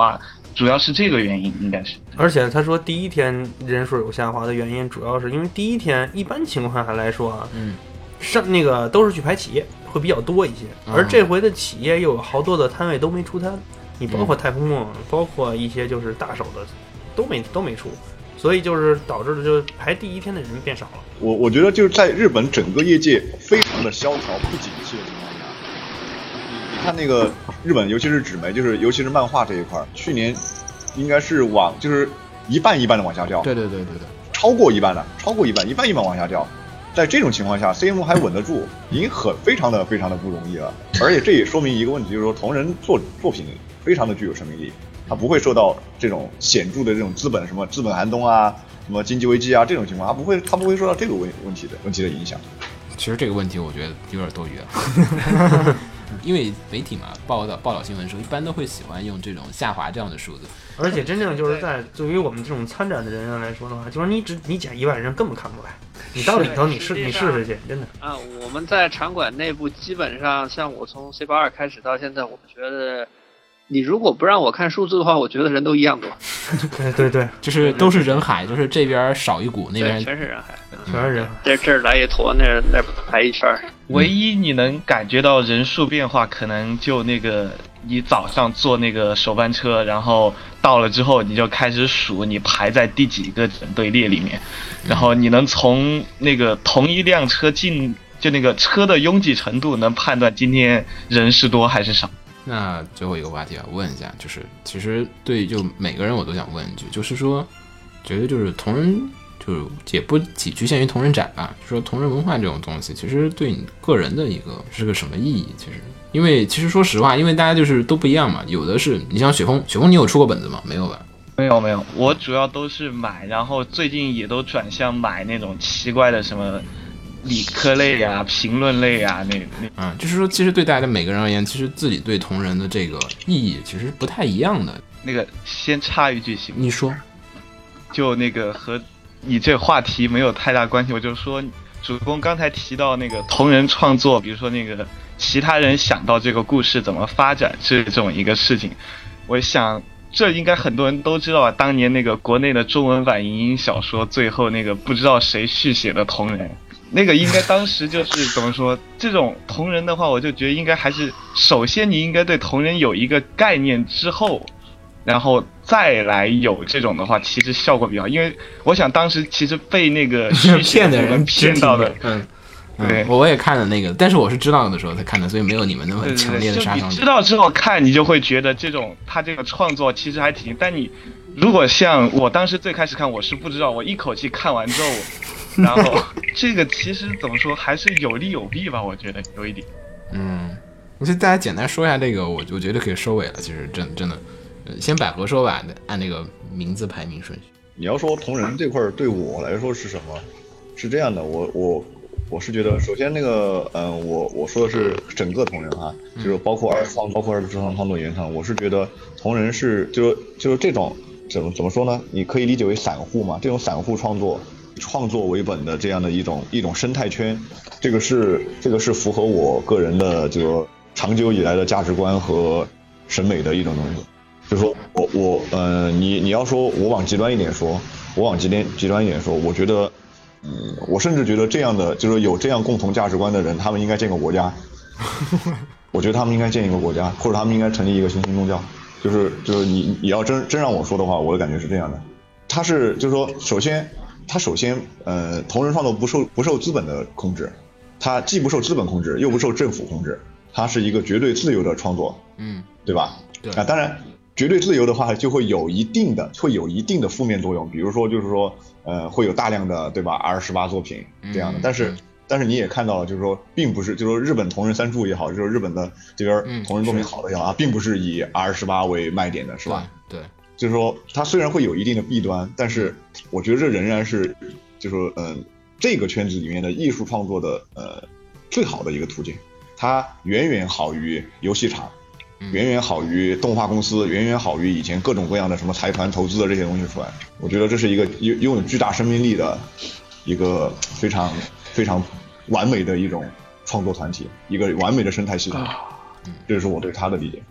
主要是这个原因，应该是。 而且他说第一天人数有下滑的原因，主要是因为第一天一般情况下来说啊， 嗯， 上那个都是去排企业会比较多一些，而这回的企业又有好多的摊位都没出摊，你包括太空梦，嗯、包括一些就是大手的都没都没出。所以就是导致的，就是排第一天的人变少了。 我我觉得就是在日本整个业界非常的萧条不景气的情况下，你你看那个日本，尤其是纸媒，就是尤其是漫画这一块，去年应该是往就是一半一半的往下掉。 对对对对对， 超过一半的，超过一半，一半一半往下掉。在这种情况下 ，C M 还稳得住，已经很非常的非常的不容易了。而且这也说明一个问题，就是说同人作作品非常的具有生命力。它不会受到这种显著的这种资本什么资本寒冬啊、什么经济危机啊这种情况，它不会它不会受到这个问问题的问题的影响。 其实这个问题我觉得有点多余了，因为媒体嘛，报道报道新闻的时候一般都会喜欢用这种下滑这样的数字。 而且真正就是在对于我们这种参展的人员来说的话，就是你只你减一万人根本看不出来，你到里头你试你试试去，真的啊！我们在场馆内部基本上，像我从 C 八二开始到现在，我觉得。你如果不让我看数字的话，我觉得人都一样多。 对对对， 就是都是人海，就是这边少一股，那边全是人海， 全是人海。 这这儿来一坨，那儿那儿来一圈。 唯一你能感觉到人数变化，可能就那个你早上坐那个首班车，然后到了之后，你就开始数你排在第几个整队列里面，然后你能从那个同一辆车进，就那个车的拥挤程度，能判断今天人是多还是少。 那最后一个话题啊，问一下，就是其实对就每个人我都想问一句，就是说，觉得就是同人，就是也不仅局限于同人展吧，就说同人文化这种东西，其实对你个人的一个是个什么意义？其实，因为其实说实话，因为大家就是都不一样嘛，有的是你像雪峰，雪峰你有出过本子吗？没有吧？ 没有没有，我主要都是买，然后最近也都转向买那种奇怪的什么。理科类啊，评论类啊，那那啊、嗯，就是说，其实对大家每个人而言，其实自己对同人的这个意义其实不太一样的。 那个先插一句行吗？ 你说， 就那个和你这话题没有太大关系，我就说主公刚才提到那个同人创作，比如说那个其他人想到这个故事怎么发展这种一个事情，我想这应该很多人都知道啊。当年那个国内的中文版影音小说，最后那个不知道谁续写的同人。那个应该当时就是怎么说，这种同人的话，我就觉得应该还是首先你应该对同人有一个概念之后，然后再来有这种的话，其实效果比较好。因为我想当时其实被那个骗的人骗到的， 嗯，对，我也看了那个，但是我是知道的时候才看的，所以没有你们那么强烈的杀伤力。 你知道之后看，你就会觉得这种他这个创作其实还挺，但你如果像我当时最开始看，我是不知道，我一口气看完之后。然后这个其实怎么说，还是有利有弊吧，我觉得有一点。 嗯，我觉得大家简单说一下这个，我我觉得可以收尾了。其实真真的，先百合说吧，按那个名字排名顺序。 你要说同人这块对我来说是什么？是这样的，我我我是觉得，首先那个，嗯、呃，我我说的是整个同人哈，就是包括二次创，包括二次创创作原创，我是觉得同人是就是就是这种怎么怎么说呢？你可以理解为散户嘛，这种散户创作。创作为本的这样的一种一种生态圈，这个是这个是符合我个人的这个长久以来的价值观和审美的一种东西。就是说我我呃你你要说我往极端一点说，我往极端极端一点说，我觉得嗯我甚至觉得这样的就是有这样共同价值观的人，他们应该建个国家。我觉得他们应该建一个国家，或者他们应该成立一个新兴宗教。就是就是你你要真真让我说的话，我的感觉是这样的。他是就是说首先。它首先，呃，同人创作不受不受资本的控制，它既不受资本控制，又不受政府控制，它是一个绝对自由的创作， 嗯， 对吧？ 对啊，当然，绝对自由的话就会有一定的会有一定的负面作用，比如说就是说，呃，会有大量的对吧 R 十八作品这样的，嗯、但是、嗯、但是你也看到了，就是说，并不是就是说日本同人三柱也好，就是日本的这边同人作品好的也好、嗯、啊，并不是以 R 十八为卖点的，是吧？ 对。对就是说，它虽然会有一定的弊端，但是我觉得这仍然是，就是说，嗯、呃，这个圈子里面的艺术创作的呃最好的一个途径。它远远好于游戏厂，远远好于动画公司，远远好于以前各种各样的什么财团投资的这些东西出来。我觉得这是一个拥拥有巨大生命力的一个非常非常完美的一种创作团体，一个完美的生态系统。这是我对它的理解。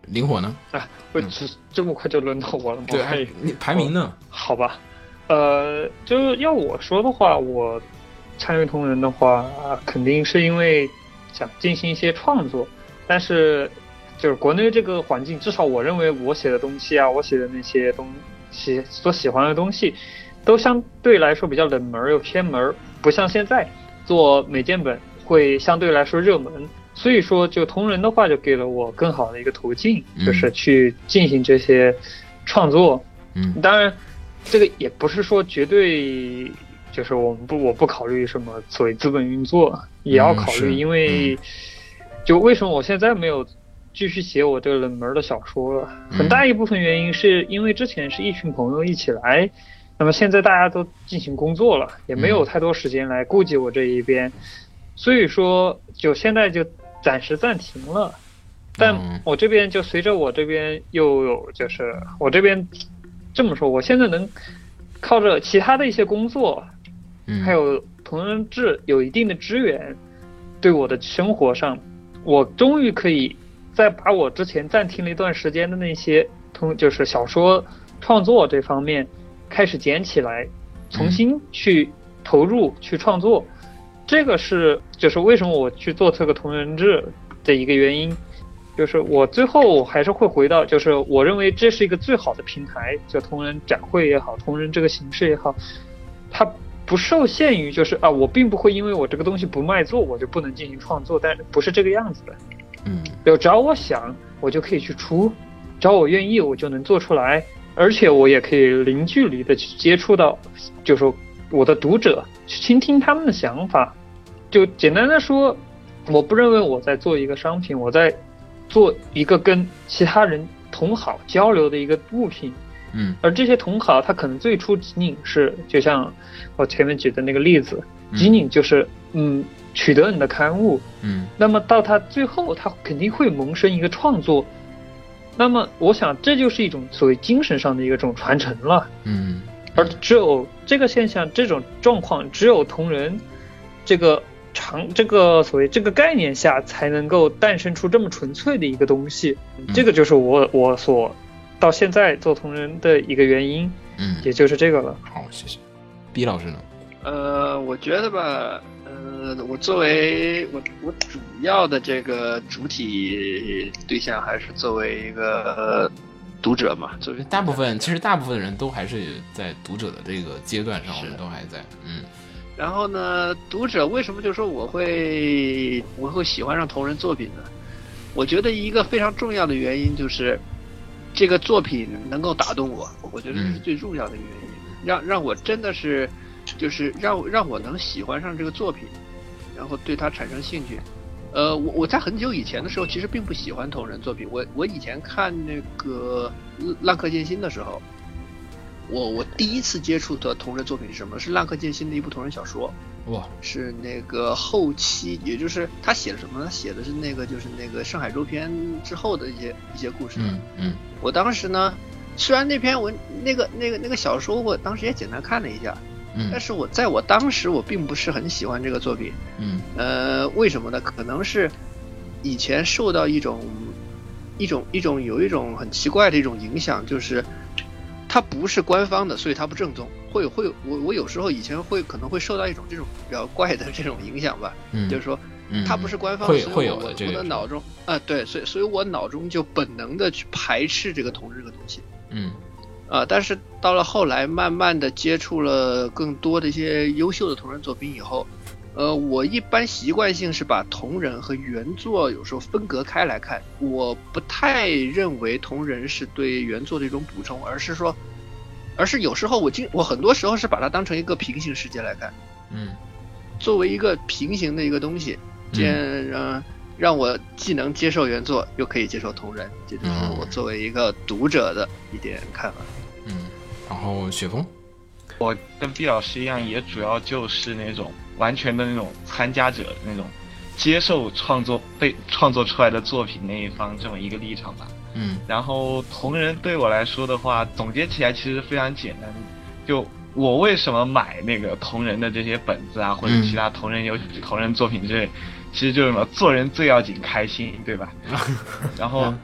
灵活呢？ 啊，我只这么快就轮到我了吗？ 对，还你排名呢？ 好吧，呃，就要我说的话，我参与同人的话，肯定是因为想进行一些创作，但是就是国内这个环境，至少我认为我写的东西啊，我写的那些东西所喜欢的东西，都相对来说比较冷门又偏门，不像现在做美建本会相对来说热门。所以说，就同人的话，就给了我更好的一个途径， 嗯、 就是去进行这些创作。 嗯， 当然，这个也不是说绝对，就是我们不我不考虑什么所谓资本运作，也要考虑， 嗯、 因为、嗯、就为什么我现在没有继续写我这个冷门的小说了？ 嗯、 很大一部分原因是因为之前是一群朋友一起来，那么现在大家都进行工作了，也没有太多时间来顾及我这一边，嗯、所以说就现在就。暂时暂停了，但我这边就随着我这边又有就是我这边这么说，我现在能靠着其他的一些工作， 嗯， 还有同人志有一定的支援，对我的生活上，我终于可以再把我之前暂停了一段时间的那些同就是小说创作这方面开始捡起来，重新去投入、嗯、去创作。这个是就是为什么我去做这个同人志的一个原因，就是我最后还是会回到，就是我认为这是一个最好的平台，就同人展会也好，同人这个形式也好，它不受限于就是啊，我并不会因为我这个东西不卖座，我就不能进行创作，但不是这个样子的。 嗯， 就只要我想，我就可以去出，只要我愿意，我就能做出来，而且我也可以零距离的去接触到，就是说我的读者，去倾听他们的想法。就简单的说，我不认为我在做一个商品，我在做一个跟其他人同好交流的一个物品。 嗯， 而这些同好，他可能最初仅仅是，就像我前面举的那个例子，仅仅就是嗯取得你的刊物。 嗯， 那么到他最后，他肯定会萌生一个创作。那么我想，这就是一种所谓精神上的一个种传承了。 嗯， 而只有这个现象，这种状况，只有同人这个。长这个所谓这个概念下，才能够诞生出这么纯粹的一个东西。 嗯、 这个就是我我所到现在做同人的一个原因。 嗯， 也就是这个了。 好，谢谢。毕老师呢？ 呃，我觉得吧，呃，我作为我我主要的这个主体对象还是作为一个、呃、读者嘛，作为大部分其实大部分人都还是在读者的这个阶段上，我们都还在嗯。 然后呢，读者为什么就说我会我会喜欢上同人作品呢？我觉得一个非常重要的原因就是这个作品能够打动我，我觉得这是最重要的一个原因，嗯、让让我真的是就是让让我能喜欢上这个作品，然后对它产生兴趣。呃，我我在很久以前的时候其实并不喜欢同人作品，我我以前看那个《浪客剑心》的时候。我我第一次接触的同人作品是什么？是浪客剑心的一部同人小说。 哇， 是那个后期，也就是他写了什么呢？写的是那个就是那个上海周篇之后的一些一些故事。 嗯嗯。 我当时呢，虽然那篇文那个那个那个小说，我当时也简单看了一下， 嗯， 但是我在我当时我并不是很喜欢这个作品。 嗯。 呃，为什么呢？可能是以前受到一种一种一种有一种很奇怪的一种影响，就是。它不是官方的，所以它不正宗。会有会有我我有时候以前会可能会受到一种这种比较怪的这种影响吧， 嗯、 就是说、 嗯、 它不是官方的， 会所以我会有的这个我的脑中啊对，所以所以我脑中就本能的去排斥这个同人这个东西。 嗯啊，但是到了后来，慢慢的接触了更多的一些优秀的同人作品以后，呃，我一般习惯性是把同人和原作有时候分隔开来看，我不太认为同人是对原作的一种补充，而是说。而是有时候我经我很多时候是把它当成一个平行世界来看， 嗯， 作为一个平行的一个东西，这样让让我既能接受原作，又可以接受同人，这就是我作为一个读者的一点看法。 嗯，然后雪峰， 我跟毕老师一样，也主要就是那种完全的那种参加者那种接受创作被创作出来的作品那一方这么一个立场吧。 嗯， 然后同人对我来说的话，总结起来其实非常简单。就我为什么买那个同人的这些本子啊，或者其他同人游戏、嗯、同人作品之类，其实就是什么做人最要紧开心，对吧？然后，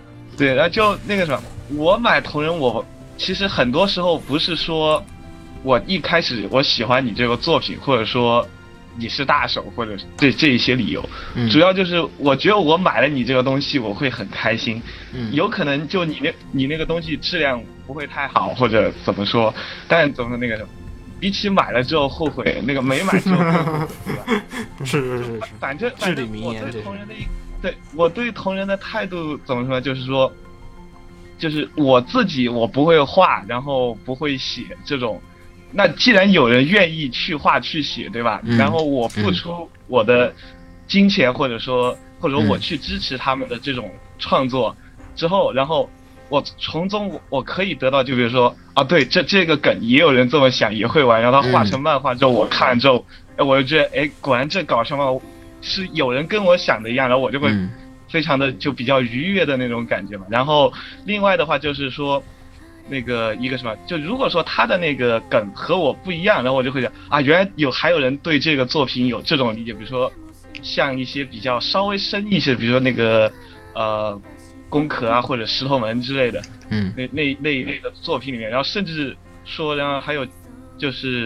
对，然后就那个什么，我买同人，我其实很多时候不是说我一开始我喜欢你这个作品，或者说你是大手，或者这这一些理由， 嗯、 主要就是我觉得我买了你这个东西，我会很开心。 嗯， 有可能就你那你那个东西质量不会太好，或者怎么说，但总是那个什么。比起买了之后后悔，那个没买之后后悔，对吧？ 是是是是， 反正反正我对同人的一，对我对同人的态度怎么说？就是说，就是我自己我不会画，然后不会写这种。那既然有人愿意去画去写，对吧？ 嗯、 然后我付出我的金钱，或者说或者说我去支持他们的这种创作之后，然后。我从中我可以得到，就比如说啊，对，这这个梗也有人这么想，也会玩，然后他画成漫画之后，我看之后，哎，我就觉得，哎，果然这搞笑漫画是有人跟我想的一样，然后我就会非常的就比较愉悦的那种感觉嘛。然后另外的话就是说，那个一个什么，就如果说他的那个梗和我不一样，然后我就会想啊，原来有还有人对这个作品有这种理解，比如说像一些比较稍微深一些，比如说那个呃。攻壳啊，或者石头门之类的， 嗯， 那那那一类的作品里面，然后甚至说，然后还有就是，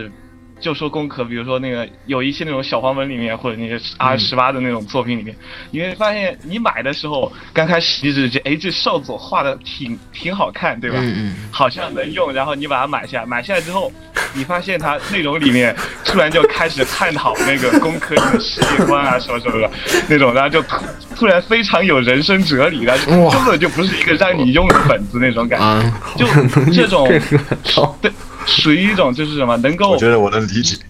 就说攻壳，比如说那个有一些那种小黄文里面，或者那些 R 十八的那种作品里面，嗯、你会发现你买的时候，刚开始你只觉得，哎，这少佐画的挺挺好看，对吧？ 嗯嗯， 好像能用，然后你把它买下，买下来之后，你发现它内容里面突然就开始探讨那个攻壳的世界观啊，什么什么的那种，然后就突突然非常有人生哲理，然后根本就不是一个让你用的本子那种感觉，就这种对。属于一种就是什么能够， 我觉得我能理解。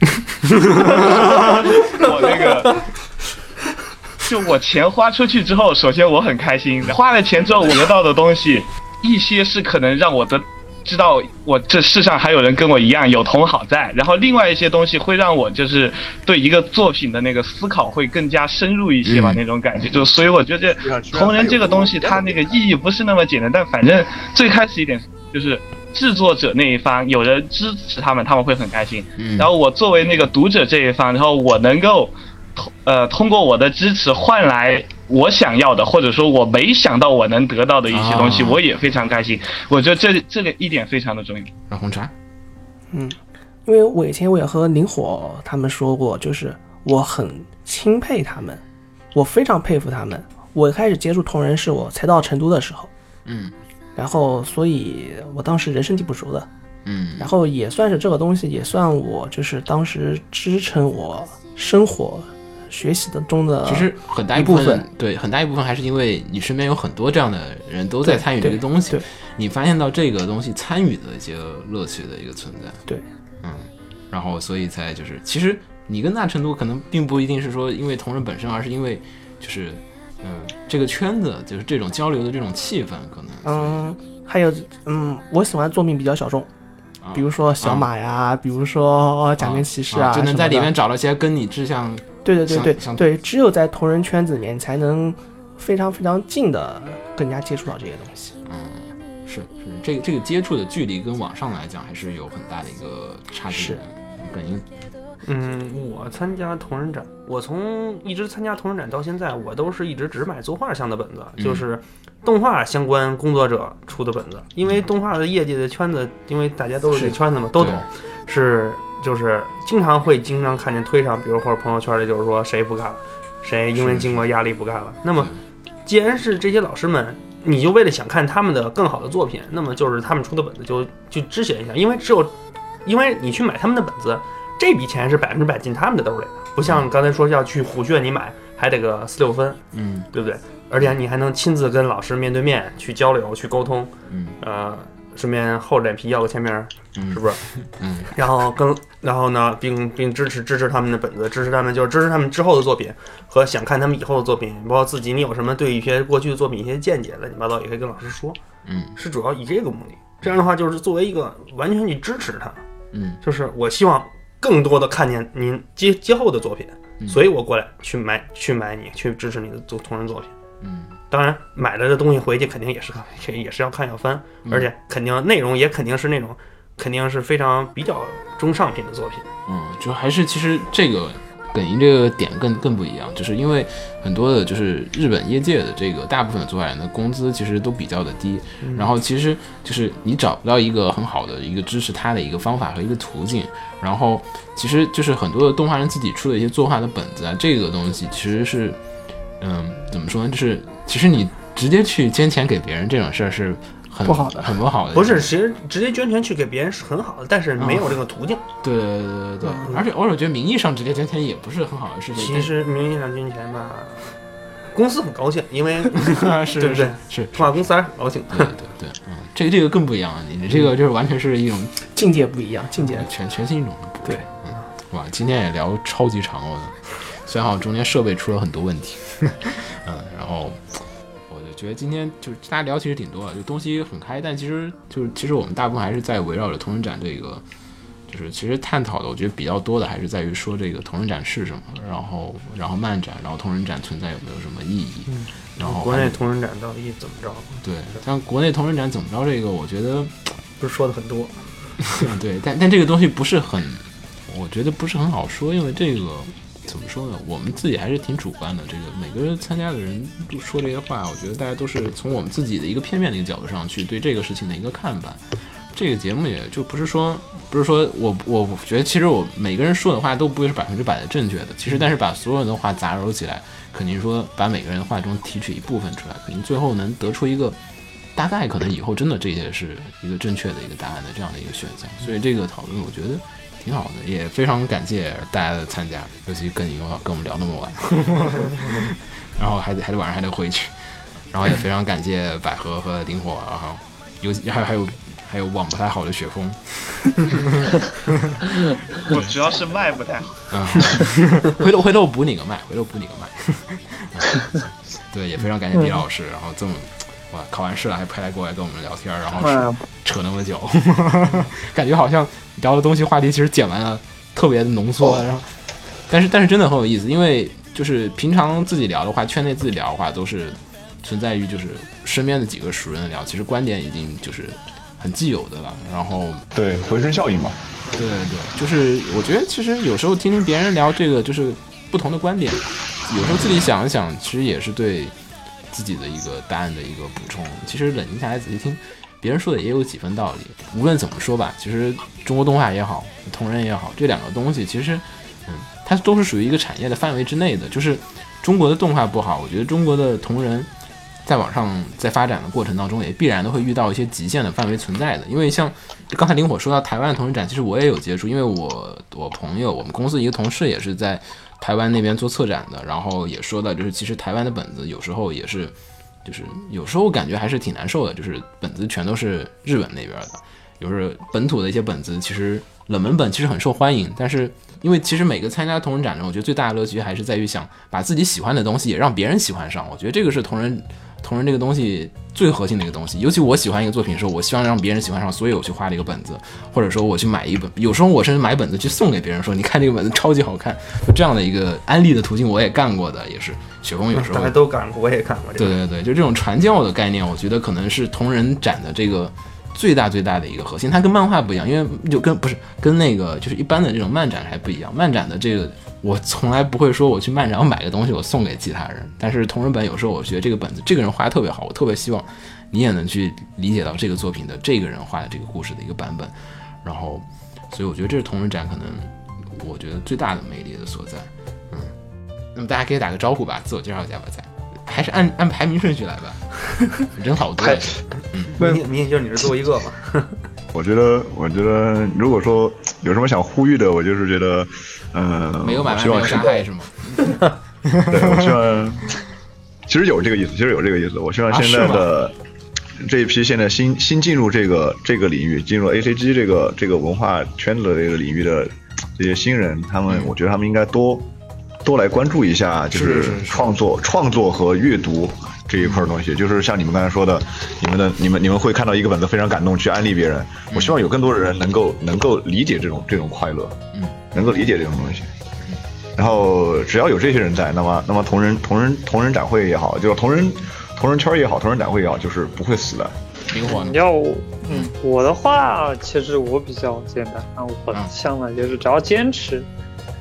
我那个，就我钱花出去之后，首先我很开心，花了钱之后我得到的东西，一些是可能让我的知道我这世上还有人跟我一样有同好在，然后另外一些东西会让我就是对一个作品的那个思考会更加深入一些吧、嗯、那种感觉，就所以我觉得同人这个东西它那个意义不是那么简单，但反正最开始一点就是制作者那一方有人支持他们，他们会很开心。嗯、然后我作为那个读者这一方，然后我能够，呃，通过我的支持换来我想要的，或者说我没想到我能得到的一些东西，啊、我也非常开心。我觉得这这个一点非常的重要。 让红茶， 嗯，因为我以前我也和灵火他们说过，就是我很钦佩他们，我非常佩服他们。我开始接触同人是我才到成都的时候， 嗯。 然后，所以我当时人生地不熟的， 嗯， 然后也算是这个东西，也算我就是当时支撑我生活、学习的中的其实很大一部分，对，很大一部分还是因为你身边有很多这样的人都在参与这个东西， 对， 你发现到这个东西参与的一些乐趣的一个存在， 对， 嗯，然后所以才就是，其实你跟大程度可能并不一定是说因为同人本身，而是因为就是。嗯，这个圈子就是这种交流的这种气氛，可能嗯，还有嗯，我喜欢作品比较小众，啊、比如说小马呀，啊、比如说假面骑士啊， 啊就能在里面找到些跟你志向对对对对对，只有在同人圈子里面才能非常非常近的更加接触到这些东西。 嗯，是是，这个这个接触的距离跟网上来讲还是有很大的一个差距的根因。 嗯，我参加同人展，我从一直参加同人展到现在，我都是一直只买作画向的本子， 嗯、 就是动画相关工作者出的本子。因为动画的业界的圈子，因为大家都是这圈子嘛，都懂，是就是经常会经常看见推上，比如或者朋友圈里就是说谁不干了，谁因为经过压力不干了。那么，既然是这些老师们，你就为了想看他们的更好的作品，那么就是他们出的本子就就支写一下，因为只有因为你去买他们的本子。这笔钱是百分之百进他们的兜里的，不像刚才说要去虎穴你买还得个四六分， 嗯， 对不对？而且你还能亲自跟老师面对面去交流、去沟通， 嗯， 呃，顺便厚着脸皮要个签名， 嗯、 是不是？ 嗯， 然后跟然后呢，并并支持支持他们的本子，支持他们就是支持他们之后的作品和想看他们以后的作品，包括自己你有什么对一些过去的作品一些见解，乱七八糟也可以跟老师说， 嗯， 是主要以这个目的。这样的话，就是作为一个完全去支持他， 嗯， 就是我希望。更多的看见您接接后的作品，所以我过来去买去买你去支持你的同人作品。 嗯， 当然买了的东西回去肯定也是也是要看要翻，而且肯定内容也肯定是那种肯定是非常比较中上品的作品。 嗯，就还是其实这个耿一这个点更更不一样，就是因为很多的就是日本业界的这个大部分作画人的工资其实都比较的低，嗯、然后其实就是你找不到一个很好的一个支持他的一个方法和一个途径，然后其实就是很多的动画人自己出的一些作画的本子啊，这个东西其实是，嗯，怎么说呢？就是其实你直接去捐钱给别人这种事儿是。很不好的， 很不好的。 不是，其实直接捐钱去给别人是很好的，但是没有这个途径。 对对对对对，而且偶尔觉得名义上直接捐钱也不是很好的事情。 其实名义上捐钱吧，公司很高兴，因为是对不对？ 是动画公司还是很高兴。 对对对，嗯，这个这个更不一样，你这个就是完全是一种境界不一样，境界全全新一种的对， 嗯，哇，今天也聊超级长了，虽然好像中间设备出了很多问题，嗯，然后。觉得今天就是大家聊其实挺多的，就东西很开，但其实就是其实我们大部分还是在围绕着同人展这个，就是其实探讨的，我觉得比较多的还是在于说这个同人展是什么，然后然后漫展，然后同人展存在有没有什么意义， 嗯、 然后国内同人展到底怎么着？ 对，像国内同人展怎么着这个，我觉得不是说的很多， 对，但但这个东西不是很，我觉得不是很好说，因为这个。怎么说呢？我们自己还是挺主观的。这个每个人参加的人都说这些话，我觉得大家都是从我们自己的一个片面的一个角度上去对这个事情的一个看法。这个节目也就不是说，不是说我我觉得其实我每个人说的话都不会是百分之百的正确的。其实，但是把所有人的话杂糅起来，肯定说把每个人的话中提取一部分出来，肯定最后能得出一个大概可能以后真的这些是一个正确的一个答案的这样的一个选项。所以这个讨论，我觉得。挺好的，也非常感谢大家的参加，尤其跟你跟我们聊那么晚，然后还得还得晚上还得回去，然后也非常感谢百合和灵火，然后尤其还有还有还有网不太好的雪峰， 我主要是麦不太好， 嗯，回头回头补你个麦，回头补你个麦，对，也非常感谢李老师，然后这么。哇，考完试了还派来过来跟我们聊天，然后扯扯那么久，感觉好像聊的东西话题其实讲完了，特别的浓缩，然后，但是但是真的很有意思，因为就是平常自己聊的话，圈内自己聊的话，都是存在于就是身边的几个熟人聊，其实观点已经就是很既有的了，然后对回声效应嘛， 对对对，就是我觉得其实有时候听听别人聊这个就是不同的观点，有时候自己想一想，其实也是对。自己的一个答案的一个补充，其实冷静下来仔细听，别人说的也有几分道理。无论怎么说吧，其实中国动画也好，同人也好，这两个东西其实，嗯，它都是属于一个产业的范围之内的。就是中国的动画不好，我觉得中国的同人在往上在发展的过程当中，也必然的会遇到一些极限的范围存在的。因为像刚才灵火说到台湾的同人展，其实我也有接触，因为我我朋友，我们公司一个同事也是在。台湾那边做策展的，然后也说到，就是其实台湾的本子有时候也是，就是有时候感觉还是挺难受的，就是本子全都是日本那边的，有时候本土的一些本子，其实冷门本其实很受欢迎，但是因为其实每个参加同人展中，我觉得最大的乐趣还是在于想把自己喜欢的东西也让别人喜欢上，我觉得这个是同人同人这个东西最核心的一个东西。尤其我喜欢一个作品的时候，我希望让别人喜欢上，所以我去画了一个本子，或者说我去买一本，有时候我甚至买本子去送给别人，说你看这个本子超级好看，就这样的一个安利的途径我也干过的，也是雪峰有时候大家都干过，我也干过这个。 对对对，就这种传教的概念，我觉得可能是同人展的这个最大最大的一个核心。它跟漫画不一样，因为就跟不是跟那个就是一般的这种漫展还不一样。漫展的这个我从来不会说我去漫展我买个东西我送给其他人，但是同人本有时候我觉得这个本子这个人画的特别好，我特别希望你也能去理解到这个作品的这个人画的这个故事的一个版本，然后所以我觉得这是同人展可能我觉得最大的魅力的所在。嗯，那么大家可以打个招呼吧，自我介绍一下吧，再还是按按排名顺序来吧，人好多。 嗯，明天明天就是你是最后一个嘛。 我觉得，我觉得，如果说有什么想呼吁的，我就是觉得，呃， 没有买卖没有杀害是吗？ 对，我希望，其实有这个意思，其实有这个意思。我希望现在的、啊、这一批现在新新进入这个这个领域，进入 A C G 这个这个文化圈子的这个领域的这些新人，他们，嗯、我觉得他们应该多多来关注一下，就是创作、创作和阅读这一块东西。就是像你们刚才说的，你们的你们你们会看到一个本子非常感动，去安利别人。我希望有更多的人能够能够理解这种这种快乐，嗯，能够理解这种东西。然后只要有这些人在，那么那么同人同人同人展会也好，就是同人同人圈也好，同人展会也好，就是不会死的。 灵活呢？ 要嗯，我的话其实我比较简单啊，我的想法就是只要坚持，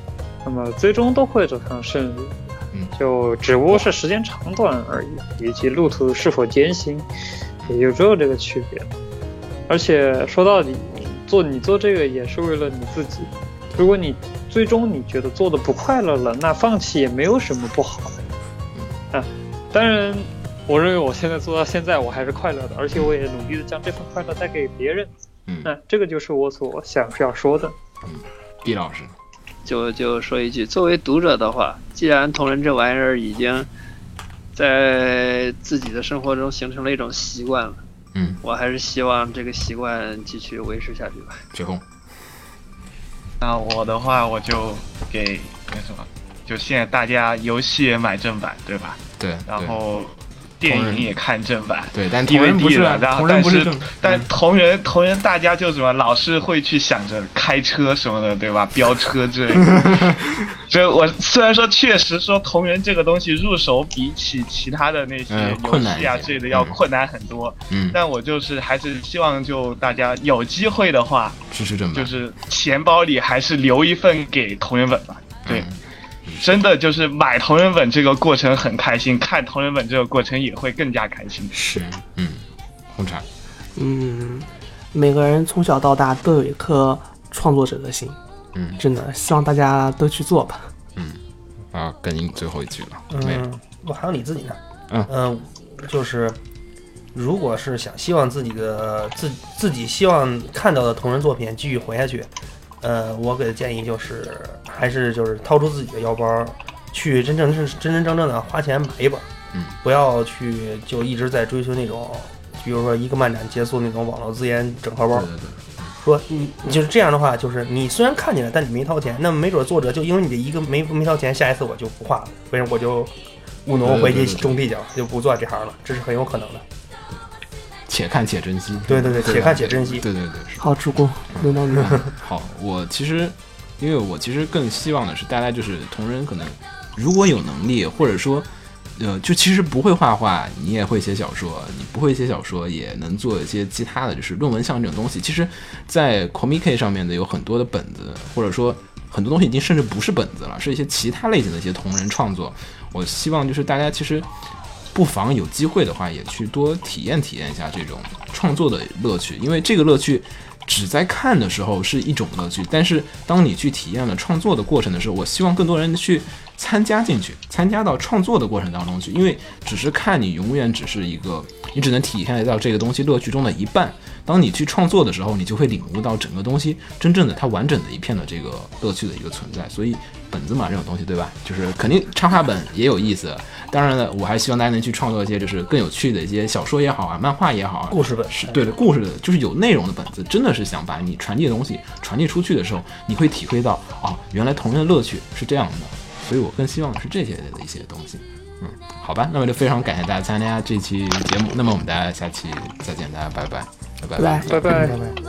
那么最终都会走向胜利。就只不过是时间长短而已，以及路途是否艰辛，也就只有这个区别。而且说到底，做你做这个也是为了你自己。如果你最终你觉得做的不快乐了，那放弃也没有什么不好。啊，当然，我认为我现在做到现在我还是快乐的，而且我也努力的将这份快乐带给别人。 嗯， 那这个就是我所想要说的。 嗯，毕老师。 就就说一句，作为读者的话，既然同人这玩意儿已经在自己的生活中形成了一种习惯了， 嗯， 我还是希望这个习惯继续维持下去吧。 雪红， 那我的话，我就给那什么，就现在大家游戏也买正版，对吧？ 对， 然后电影也看正版， 对，但同人不是，同人不是正版， 但同人同人大家就什么老是会去想着开车什么的，对吧？飙车之类的。所以我虽然说确实说同人这个东西入手比起其他的那些游戏啊之类的要困难很多， 嗯， 但我就是还是希望就大家有机会的话， 支持正版， 就是钱包里还是留一份给同人本吧，对。嗯，真的就是买同人本这个过程很开心，看同人本这个过程也会更加开心。 是，嗯，红茶， 嗯，每个人从小到大都有一颗创作者的心， 嗯， 真的希望大家都去做吧。 嗯，啊，跟您最后一句了， 嗯，我还有你自己呢， 嗯嗯、呃，就是如果是想希望自己的自自己希望看到的同人作品继续活下去。呃，我给的建议就是，还是就是掏出自己的腰包，去真正真真真正正的花钱买一本， 嗯， 不要去就一直在追求那种，比如说一个漫展结束那种网络资源整合包。 对对对。 说你就是这样的话，就是你虽然看见了，但你没掏钱，那么没准作者就因为你的一个没没掏钱，下一次我就不画了，为什么我就务农回去种地去了，就不做这行了，这是很有可能的。 且看且珍惜， 对对对，且看且珍惜， 对对对。 好，主公，轮到你。 好，我其实，因为我其实更希望的是，大家就是同人，可能如果有能力，或者说，呃，就其实不会画画，你也会写小说，你不会写小说，也能做一些其他的，就是论文像这种东西。其实，在 Comic 上面的有很多的本子，或者说很多东西已经甚至不是本子了，是一些其他类型的一些同人创作。我希望就是大家其实。不妨有机会的话，也去多体验体验一下这种创作的乐趣，因为这个乐趣只在看的时候是一种乐趣，但是当你去体验了创作的过程的时候，我希望更多人去参加进去，参加到创作的过程当中去，因为只是看你永远只是一个，你只能体验到这个东西乐趣中的一半。当你去创作的时候，你就会领悟到整个东西真正的它完整的一片的这个乐趣的一个存在。所以本子嘛，这种东西对吧，就是肯定插画本也有意思。当然了，我还希望大家能去创作一些就是更有趣的一些小说也好啊，漫画也好啊， 故事本是对的，故事的就是有内容的本子，真的是想把你传递的东西传递出去的时候，你会体会到哦，原来同人的乐趣是这样的。所以我更希望的是这些的一些东西。嗯，好吧，那么就非常感谢大家参加这期节目，那么我们大家下期再见，大家拜拜，拜拜， 拜拜，拜拜。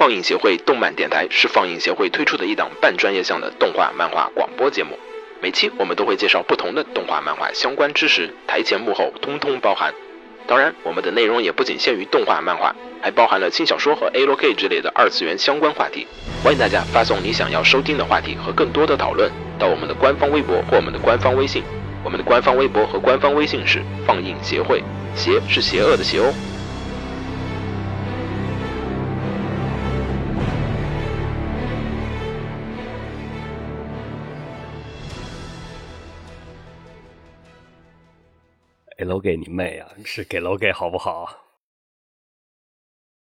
放映协会动漫电台是放映协会推出的一档半专业向的动画漫画广播节目，每期我们都会介绍不同的动画漫画相关知识，台前幕后通通包含。当然，我们的内容也不仅限于动画漫画，还包含了轻小说和 A L K 之类的二次元相关话题。欢迎大家发送你想要收听的话题和更多的讨论到我们的官方微博或我们的官方微信。我们的官方微博和官方微信是放映协会，邪是邪恶的邪哦。 给楼给你妹啊！是给楼给好不好？